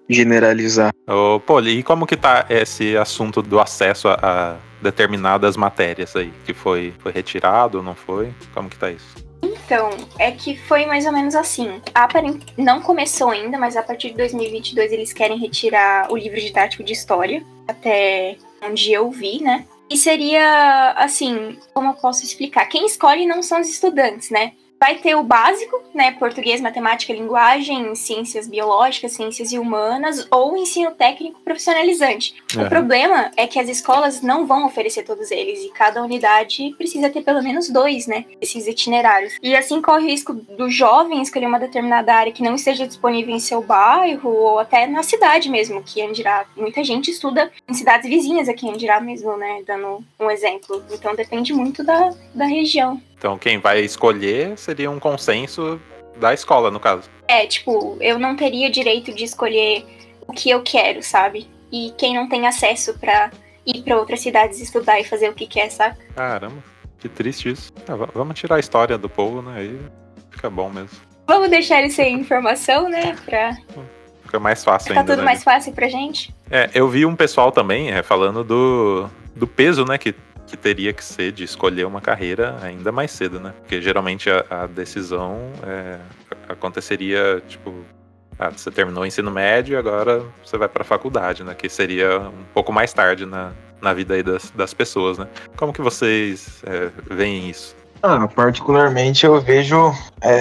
generalizar. Ô, Poli, e como que tá esse assunto do acesso a, a determinadas matérias aí? Que foi, foi retirado ou não foi? Como que tá isso? Então, é que foi mais ou menos assim. Aparent... Não começou ainda, mas a partir de dois mil e vinte e dois eles querem retirar o livro didático de história, até onde eu vi, né? E seria, assim, como eu posso explicar? Quem escolhe não são os estudantes, né? Vai ter o básico, né? Português, matemática, linguagem, ciências biológicas, ciências humanas ou ensino técnico profissionalizante. Uhum. O problema é que as escolas não vão oferecer todos eles e cada unidade precisa ter pelo menos dois, né? Esses itinerários. E assim corre o risco do jovem escolher uma determinada área que não esteja disponível em seu bairro ou até na cidade mesmo, que Andirá. Muita gente estuda em cidades vizinhas aqui em Andirá mesmo, né? Dando um exemplo. Então depende muito da, da região. Então quem vai escolher seria um consenso da escola, no caso. É, tipo, eu não teria direito de escolher o que eu quero, sabe? E quem não tem acesso pra ir pra outras cidades estudar e fazer o que quer, sabe? Caramba, que triste isso. Ah, v- vamos tirar a história do povo, né? Aí fica bom mesmo. Vamos deixar ele sem informação, né? Pra Fica mais fácil ficar ainda, tudo né? mais fácil pra gente. É, eu vi um pessoal também é, falando do, do peso, né? Que, que teria que ser de escolher uma carreira ainda mais cedo, né? Porque geralmente a, a decisão é, aconteceria, tipo... Ah, você terminou o ensino médio e agora você vai pra faculdade, né? Que seria um pouco mais tarde na, na vida aí das, das pessoas, né? Como que vocês é, veem isso? Ah, particularmente eu vejo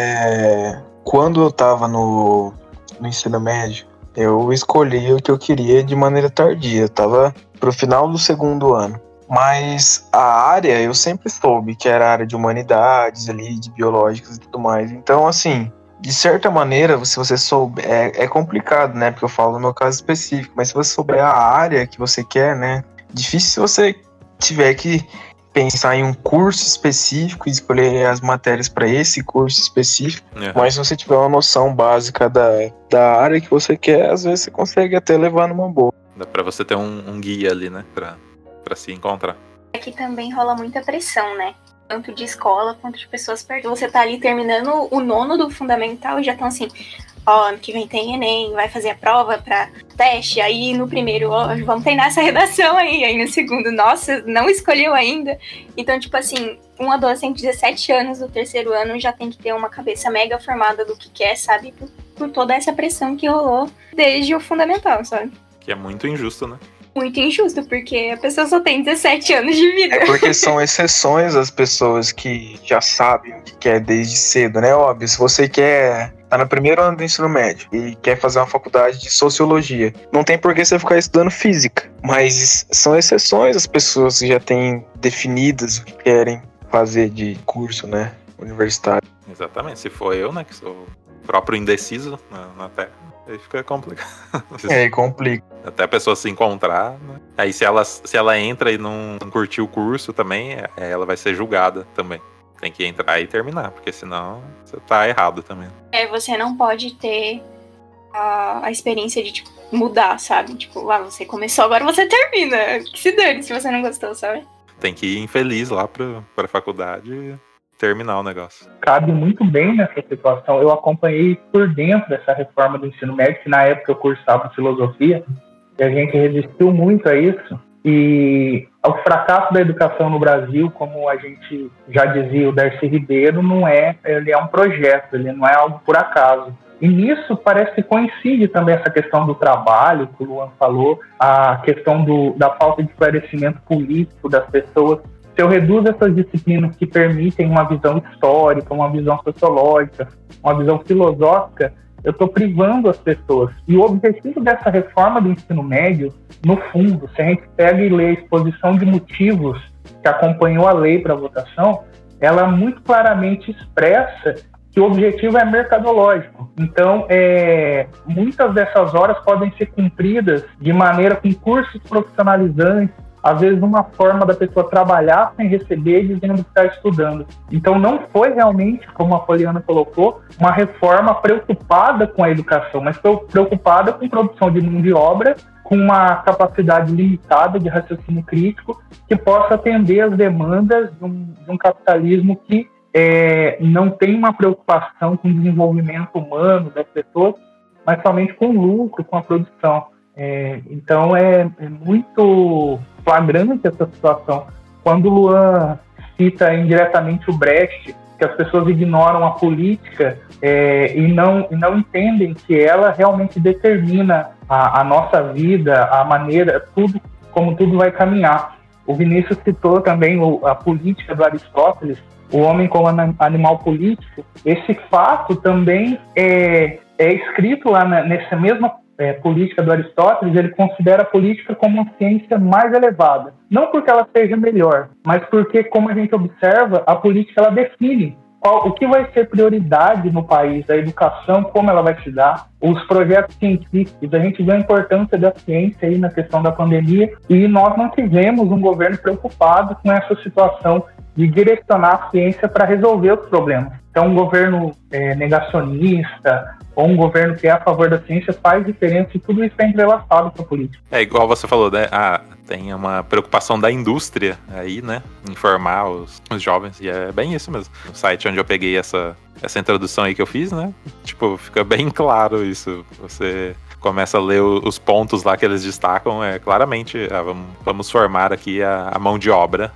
é, quando eu tava no, no ensino médio, eu escolhi o que eu queria de maneira tardia. Eu tava pro final do segundo ano. Mas a área eu sempre soube que era a área de humanidades ali, de biológicas e tudo mais. Então, assim, de certa maneira, se você souber, é, é complicado, né? Porque eu falo no meu caso específico, mas se você souber a área que você quer, né? Difícil se você tiver que pensar em um curso específico e escolher as matérias para esse curso específico. Uhum. Mas se você tiver uma noção básica da, da área que você quer, às vezes você consegue até levar numa boa. Dá pra você ter um, um guia ali, né? Pra, pra se encontrar. Aqui também rola muita pressão, né? Tanto de escola quanto de pessoas perto. Você tá ali terminando o nono do fundamental e já estão assim, ó, ano que vem tem Enem, vai fazer a prova pra teste, aí no primeiro, ó, vamos treinar essa redação aí, aí no segundo, nossa, não escolheu ainda. Então, tipo assim, um adolescente de dezessete anos do terceiro ano já tem que ter uma cabeça mega formada do que quer, sabe? Por, por toda essa pressão que rolou desde o fundamental, sabe? Que é muito injusto, né? Muito injusto, porque a pessoa só tem dezessete anos de vida. É porque são exceções as pessoas que já sabem o que quer desde cedo, né? Óbvio, se você quer tá no primeiro ano do ensino médio e quer fazer uma faculdade de sociologia, não tem por que você ficar estudando física. Mas são exceções as pessoas que já têm definidas o que querem fazer de curso, né? Universitário. Exatamente. Se for eu, né? Que sou o próprio indeciso na, na Terra, aí fica complicado. É, complica. Até a pessoa se encontrar, né? Aí se ela, se ela entra e não, não curtir o curso também, é, ela vai ser julgada também. Tem que entrar e terminar, porque senão você tá errado também. É, você não pode ter a, a experiência de, tipo, mudar, sabe? Tipo, lá, você começou, agora você termina. Que se dane se você não gostou, sabe? Tem que ir infeliz lá pra, pra faculdade e terminar o negócio. Cabe muito bem nessa situação. Eu acompanhei por dentro dessa reforma do ensino médio, que na época eu cursava filosofia, e a gente resistiu muito a isso. E o fracasso da educação no Brasil, como a gente já dizia o Darcy Ribeiro, não é, ele é um projeto, ele não é algo por acaso. E nisso parece que coincide também essa questão do trabalho, que o Luan falou, a questão do, da falta de esclarecimento político das pessoas. Se eu reduzo essas disciplinas que permitem uma visão histórica, uma visão sociológica, uma visão filosófica, eu estou privando as pessoas. E o objetivo dessa reforma do ensino médio, no fundo, se a gente pega e lê a exposição de motivos que acompanhou a lei para votação, ela muito claramente expressa que o objetivo é mercadológico. Então, é, muitas dessas horas podem ser cumpridas de maneira com cursos profissionalizantes, às vezes uma forma da pessoa trabalhar sem receber, dizendo que está estudando. Então não foi realmente, como a Poliana colocou, uma reforma preocupada com a educação, mas foi preocupada com produção de mão de obra, com uma capacidade limitada de raciocínio crítico, que possa atender às demandas de um, de um capitalismo que é, não tem uma preocupação com o desenvolvimento humano das pessoas, mas somente com lucro, com a produção. É, então é, é muito flagrante essa situação. Quando o Luan cita indiretamente o Brecht, que as pessoas ignoram a política é, e, não, e não entendem que ela realmente determina a, a nossa vida, a maneira, tudo, como tudo vai caminhar. O Vinícius citou também o, a política do Aristóteles, o homem como animal político. Esse fato também é, é escrito lá na, nessa mesma é, política do Aristóteles. Ele considera a política como uma ciência mais elevada. Não porque ela seja melhor, mas porque, como a gente observa, a política ela define qual, o que vai ser prioridade no país, a educação, como ela vai se dar, os projetos científicos. A gente vê a importância da ciência aí na questão da pandemia e nós não tivemos um governo preocupado com essa situação de direcionar a ciência para resolver os problemas. Então, um governo é, negacionista ou um governo que é a favor da ciência faz diferença e tudo isso é entrelaçado com a política. É igual você falou, né? Ah, tem uma preocupação da indústria aí, né? Informar os, os jovens, e é bem isso mesmo. No site onde eu peguei essa, essa introdução aí que eu fiz, né? Tipo, fica bem claro isso. Você começa a ler os pontos lá que eles destacam, é claramente, ah, vamos, vamos formar aqui a, a mão de obra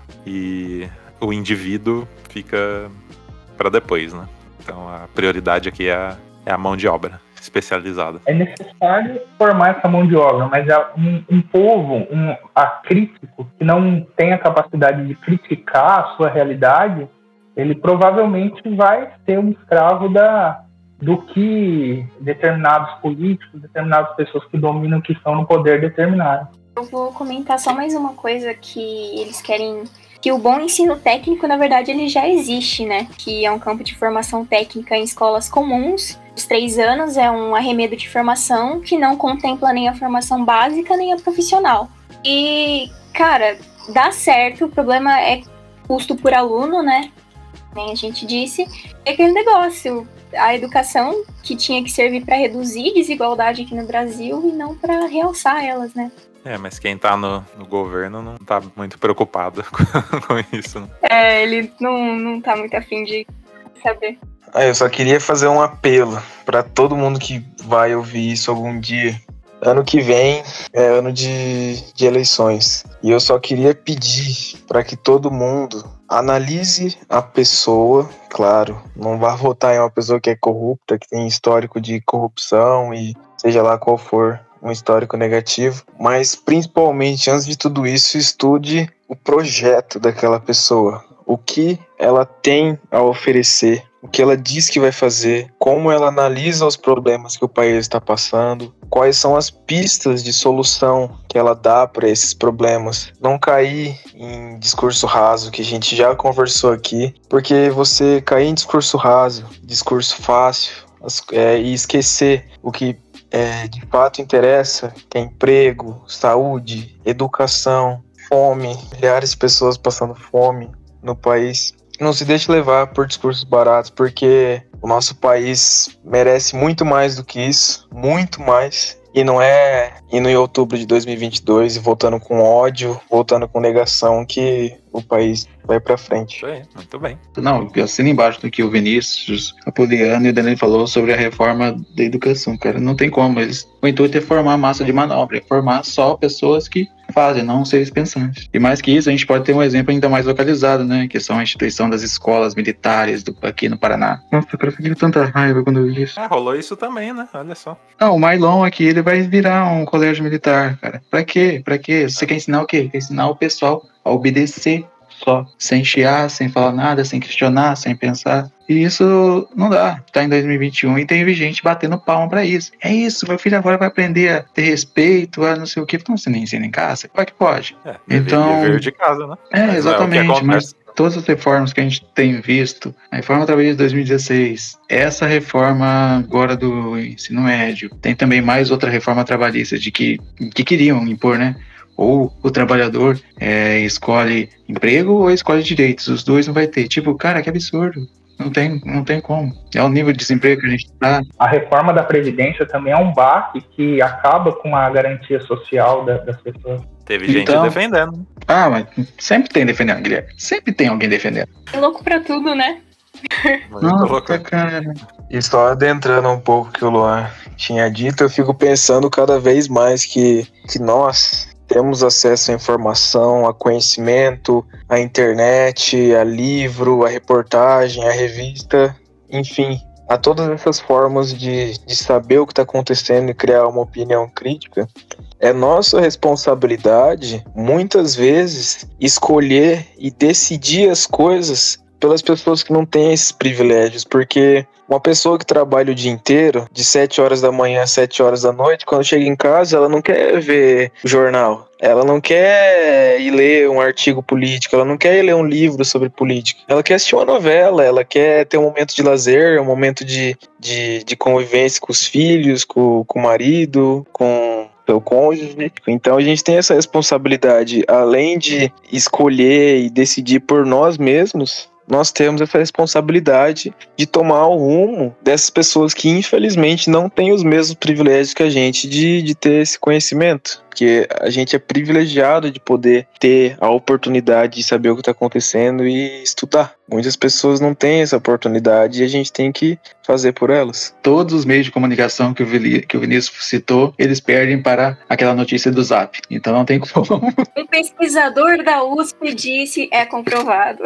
e o indivíduo fica para depois, né? Então a prioridade aqui é a, é a mão de obra especializada. É necessário formar essa mão de obra, mas um, um povo um acrítico que não tem a capacidade de criticar a sua realidade, ele provavelmente vai ser um escravo da, do que determinados políticos, determinadas pessoas que dominam, que estão no poder, determinaram. Eu vou comentar só mais uma coisa que eles querem... que o bom ensino técnico, na verdade, ele já existe, né? Que é um campo de formação técnica em escolas comuns. Os três anos é um arremedo de formação que não contempla nem a formação básica, nem a profissional. E, cara, dá certo. O problema é custo por aluno, né? Nem a gente disse. É aquele negócio. A educação que tinha que servir para reduzir desigualdade aqui no Brasil e não para realçar elas, né? É, mas quem tá no, no governo não tá muito preocupado com, com isso, né? É, ele não, não tá muito afim de saber. Ah, eu só queria fazer um apelo pra todo mundo que vai ouvir isso algum dia. Ano que vem é ano de, de eleições. E eu só queria pedir para que todo mundo analise a pessoa. Claro, não vá votar em uma pessoa que é corrupta, que tem histórico de corrupção e seja lá qual for um histórico negativo, mas principalmente, antes de tudo isso, estude o projeto daquela pessoa, o que ela tem a oferecer, o que ela diz que vai fazer, como ela analisa os problemas que o país está passando, quais são as pistas de solução que ela dá para esses problemas. Não cair em discurso raso, que a gente já conversou aqui, porque você cair em discurso raso, discurso fácil, é, e esquecer o que É, de fato interessa, que é emprego, saúde, educação, fome, milhares de pessoas passando fome no país. Não se deixe levar por discursos baratos, porque o nosso país merece muito mais do que isso, muito mais. E não é indo em outubro de dois mil e vinte e dois e voltando com ódio, voltando com negação que o país vai pra frente. Isso aí, muito bem. Não, eu assino embaixo do que o Vinícius, a Poliana e o Danilo falou sobre a reforma da educação, cara. Não tem como. Eles, o intuito é formar massa de manobra, é formar só pessoas que fazem, não seres pensantes. E mais que isso, a gente pode ter um exemplo ainda mais localizado, né? Que são a instituição das escolas militares do, aqui no Paraná. Nossa, cara, eu fiquei com tanta raiva quando eu vi isso. É, rolou isso também, né? Olha só. Não, o Mailon aqui, ele vai virar um colégio militar, cara. Pra quê? Pra quê? Você quer ensinar o quê? Quer ensinar o pessoal a obedecer só. Sem chiar, sem falar nada, sem questionar, sem pensar. E isso não dá. Tá em dois mil e vinte e um e tem gente batendo palma pra isso. É isso, meu filho agora vai aprender a ter respeito, a não sei o quê. Então você nem ensina em casa? Como é que pode? É, então, dever de casa, né? É, mas exatamente, é mas todas as reformas que a gente tem visto, a reforma trabalhista de dois mil e dezesseis, essa reforma agora do ensino médio, tem também mais outra reforma trabalhista de que, que queriam impor, né? Ou o trabalhador é, escolhe emprego ou escolhe direitos, os dois não vai ter. Tipo, cara, que absurdo. Não tem, não tem como. É o nível de desemprego que a gente está. A reforma da Previdência também é um baque que acaba com a garantia social da, das pessoas. Teve gente então, defendendo. Ah, mas sempre tem defendendo, Guilherme. Sempre tem alguém defendendo. É louco pra tudo, né? Nossa, cara. E só adentrando um pouco que o Luan tinha dito, eu fico pensando cada vez mais que, que nós temos acesso à informação, a conhecimento, à internet, a livro, a reportagem, a revista, enfim, a todas essas formas de, de saber o que está acontecendo e criar uma opinião crítica. É nossa responsabilidade, muitas vezes, escolher e decidir as coisas pelas pessoas que não têm esses privilégios, porque uma pessoa que trabalha o dia inteiro, de sete horas da manhã às sete horas da noite, quando chega em casa, ela não quer ver jornal, ela não quer ir ler um artigo político, ela não quer ir ler um livro sobre política, ela quer assistir uma novela, ela quer ter um momento de lazer, um momento de, de, de convivência com os filhos, com, com o marido, com seu cônjuge. Então a gente tem essa responsabilidade, além de escolher e decidir por nós mesmos, nós temos essa responsabilidade de tomar o rumo dessas pessoas que infelizmente não têm os mesmos privilégios que a gente de, de ter esse conhecimento, porque a gente é privilegiado de poder ter a oportunidade de saber o que está acontecendo e estudar. Muitas pessoas não têm essa oportunidade e a gente tem que fazer por elas. Todos os meios de comunicação que o, Vili, que o Vinícius citou, eles perdem para aquela notícia do Zap. Então não tem como. Um pesquisador da U S P disse, é comprovado.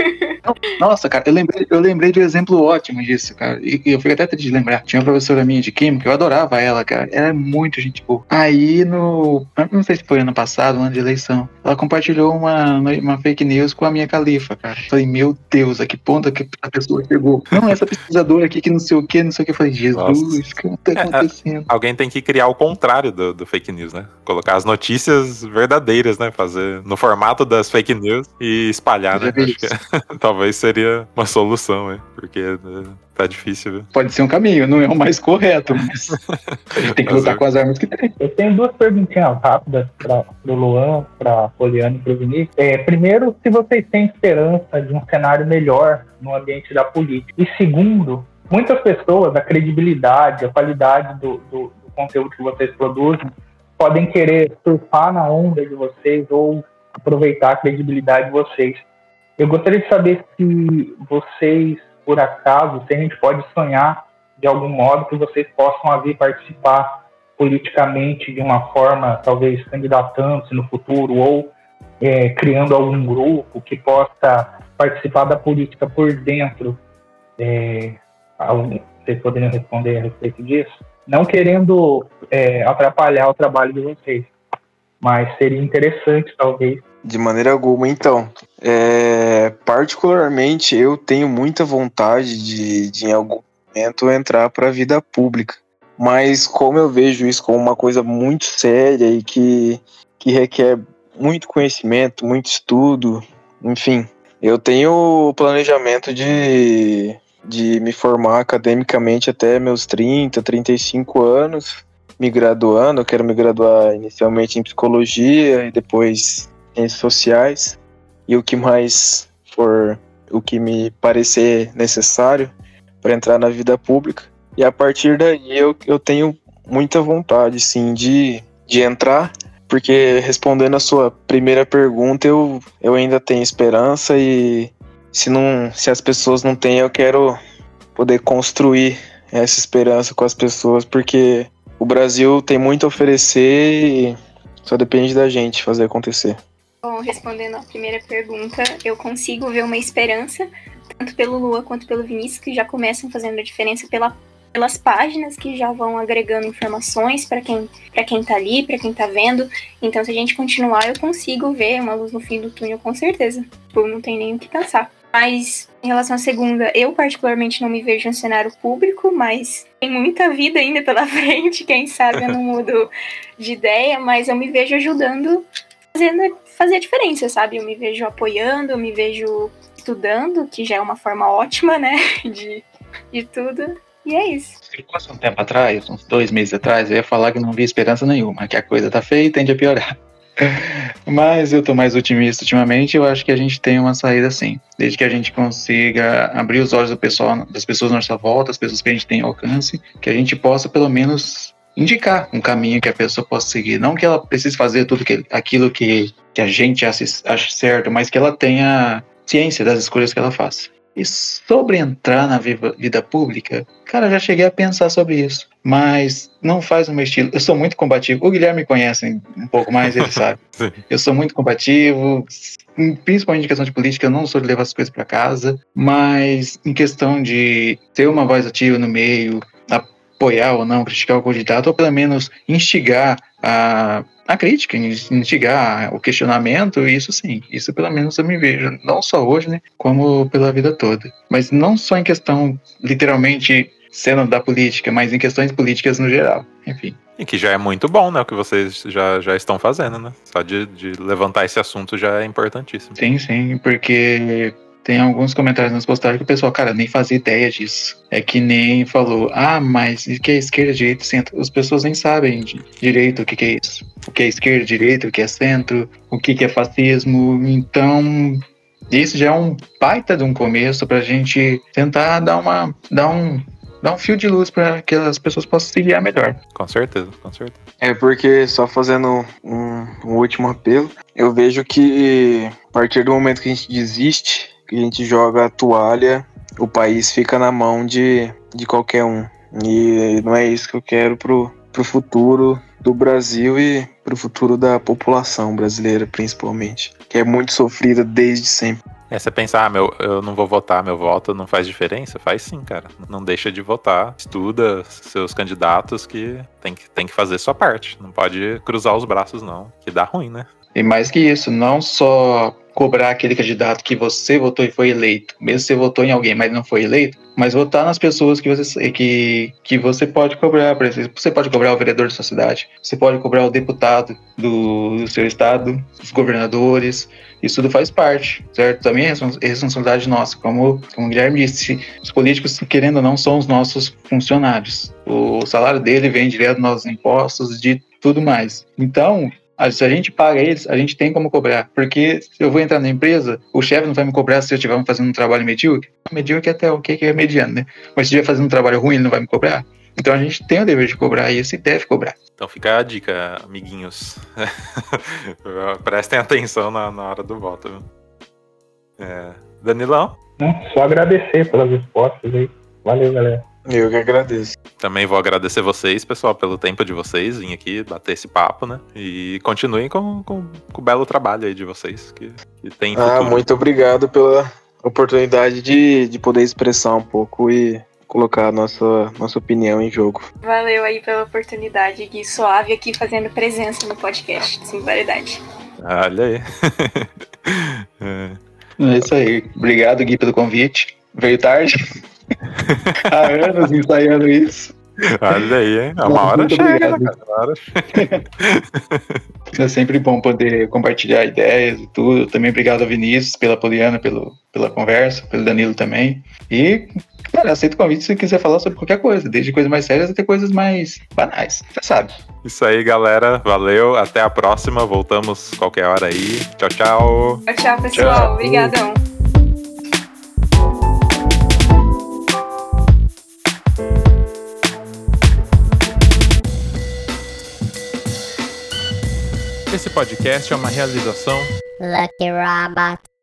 Nossa, cara, eu lembrei, eu lembrei de um exemplo ótimo disso, cara. E eu fico até triste de lembrar. Tinha uma professora minha de química, eu adorava ela, cara. Ela é muito gente boa. Aí no... não sei se foi ano passado, ano de eleição, ela compartilhou uma, uma fake news com a minha califa, cara. Eu falei, meu Deus, a que ponto que a pessoa chegou? Não, essa pesquisadora aqui que não sei o que, não sei o que. Eu falei, Jesus, o que tá acontecendo? É, alguém tem que criar o contrário do, do fake news, né? Colocar as notícias verdadeiras, né? Fazer no formato das fake news e espalhar, né? Acho que, talvez seria uma solução, hein? Porque né, tá difícil, viu? Pode ser um caminho, não é o mais correto, mas a gente tem que lutar com as armas que tem. Eu tenho duas perguntinhas rápidas para o Luan, para a Poliana e para o Vinícius. É, primeiro, se vocês têm esperança de um cenário melhor no ambiente da política. E segundo, muitas pessoas, a credibilidade, a qualidade do, do, do conteúdo que vocês produzem, podem querer surfar na onda de vocês ou aproveitar a credibilidade de vocês. Eu gostaria de saber se vocês, por acaso, se a gente pode sonhar de algum modo que vocês possam vir participar politicamente de uma forma, talvez candidatando-se no futuro ou é, criando algum grupo que possa participar da política por dentro. É, algum, vocês poderiam responder a respeito disso? Não querendo é, atrapalhar o trabalho de vocês, mas seria interessante, talvez. De maneira alguma, então. É, particularmente, eu tenho muita vontade de, de em algum momento, entrar para a vida pública. Mas como eu vejo isso como uma coisa muito séria e que, que requer muito conhecimento, muito estudo, enfim, eu tenho o planejamento de, de me formar academicamente até meus trinta, trinta e cinco anos, me graduando. Eu quero me graduar inicialmente em psicologia e depois em ciências sociais, e o que mais for, o que me parecer necessário para entrar na vida pública. E a partir daí eu, eu tenho muita vontade, sim, de, de entrar, porque respondendo a sua primeira pergunta, eu, eu ainda tenho esperança e se, não, se as pessoas não têm, eu quero poder construir essa esperança com as pessoas, porque o Brasil tem muito a oferecer e só depende da gente fazer acontecer. Bom, respondendo a primeira pergunta, eu consigo ver uma esperança, tanto pelo Lua quanto pelo Vinícius, que já começam fazendo a diferença pela, pelas páginas que já vão agregando informações para quem, para quem tá ali, para quem tá vendo. Então, se a gente continuar, eu consigo ver uma luz no fim do túnel, com certeza. Tipo, não tem nem o que pensar. Mas, em relação à segunda, eu particularmente não me vejo em um cenário público, mas tem muita vida ainda pela frente, quem sabe eu não mudo de ideia, mas eu me vejo ajudando fazendo, fazer a diferença, sabe? Eu me vejo apoiando, eu me vejo estudando, que já é uma forma ótima, né, de, de tudo, e é isso. Se fosse um tempo atrás, uns dois meses atrás, eu ia falar que não vi esperança nenhuma, que a coisa tá feia e tende a piorar. Mas eu tô mais otimista ultimamente, eu acho que a gente tem uma saída sim, desde que a gente consiga abrir os olhos do pessoal, das pessoas à nossa volta, as pessoas que a gente tem alcance, que a gente possa pelo menos indicar um caminho que a pessoa possa seguir. Não que ela precise fazer tudo que, aquilo que, que a gente acha, acha certo, mas que ela tenha ciência das escolhas que ela faz. E sobre entrar na viva- vida pública, cara, eu já cheguei a pensar sobre isso. Mas não faz o meu estilo. Eu sou muito combativo. O Guilherme conhece um pouco mais, ele sabe. Sim. Eu sou muito combativo, principalmente em questão de política, eu não sou de levar as coisas para casa. Mas em questão de ter uma voz ativa no meio, apoiar ou não, criticar o candidato, ou pelo menos instigar a, a crítica, instigar o questionamento, isso sim, isso pelo menos eu me vejo, não só hoje, né, como pela vida toda. Mas não só em questão, literalmente, sendo da política, mas em questões políticas no geral, enfim. E que já é muito bom, né, o que vocês já, já estão fazendo, né? Só de, de levantar esse assunto já é importantíssimo. Sim, sim, porque tem alguns comentários nas postagens que o pessoal, cara, nem fazia ideia disso. É que nem falou, ah, mas o que é esquerda, direita, centro? As pessoas nem sabem de, direito o que, que é isso. O que é esquerda, direita, o que é centro, o que, que é fascismo. Então, isso já é um baita de um começo pra gente tentar dar uma, dar um, dar um fio de luz para que as pessoas possam se guiar melhor. Com certeza, com certeza. É porque, só fazendo um, um último apelo, eu vejo que a partir do momento que a gente desiste, que a gente joga a toalha, o país fica na mão de, de qualquer um. E não é isso que eu quero pro, pro futuro do Brasil e pro futuro da população brasileira, principalmente, que é muito sofrida desde sempre. É, você pensar, ah, meu, eu não vou votar, meu voto não faz diferença? Faz sim, cara. Não deixa de votar. Estuda seus candidatos que tem que, tem que fazer sua parte. Não pode cruzar os braços, não, que dá ruim, né? E mais que isso, não só cobrar aquele candidato que você votou e foi eleito, mesmo se você votou em alguém, mas não foi eleito, mas votar nas pessoas que você, que, que você pode cobrar. Por exemplo, você pode cobrar o vereador da sua cidade, você pode cobrar o deputado do, do seu estado, os governadores, isso tudo faz parte, certo? Também é responsabilidade nossa, como, como o Guilherme disse, os políticos, querendo ou não, são os nossos funcionários. O salário dele vem direto dos nossos impostos, de tudo mais. Então, se a gente paga eles, a gente tem como cobrar. Porque se eu vou entrar na empresa, o chefe não vai me cobrar se eu estiver fazendo um trabalho medíocre. Medíocre até o que é mediano, né? Mas se eu estiver fazendo um trabalho ruim, ele não vai me cobrar. Então a gente tem o dever de cobrar e se deve cobrar. Então fica a dica, amiguinhos. Prestem atenção na, na hora do voto. Viu? É. Danilão? Só agradecer pelas respostas aí. Valeu, galera. Eu que agradeço. Também vou agradecer vocês, pessoal, pelo tempo de vocês, vir aqui bater esse papo, né? E continuem com, com, com o belo trabalho aí de vocês, que, que tem futuro. Ah, muito obrigado pela oportunidade de, de poder expressar um pouco e colocar a nossa, nossa opinião em jogo. Valeu aí pela oportunidade, Gui Suave aqui fazendo presença no podcast, Singularidade. Olha aí. É. É isso aí. Obrigado, Gui, pelo convite. Veio tarde. Há anos ensaiando isso. Olha aí, hein? Uma hora Muito chega, obrigado. né, cara? Uma hora chega. É sempre bom poder compartilhar ideias e tudo. Também obrigado ao Vinícius, pela Poliana, pelo, pela conversa, pelo Danilo também. E, cara, aceito o convite se você quiser falar sobre qualquer coisa, desde coisas mais sérias até coisas mais banais, você sabe. Isso aí, galera. Valeu. Até a próxima. Voltamos qualquer hora aí. Tchau, tchau. Tchau, tchau, pessoal. Tchau. Obrigadão. Esse podcast é uma realização Lucky Robot.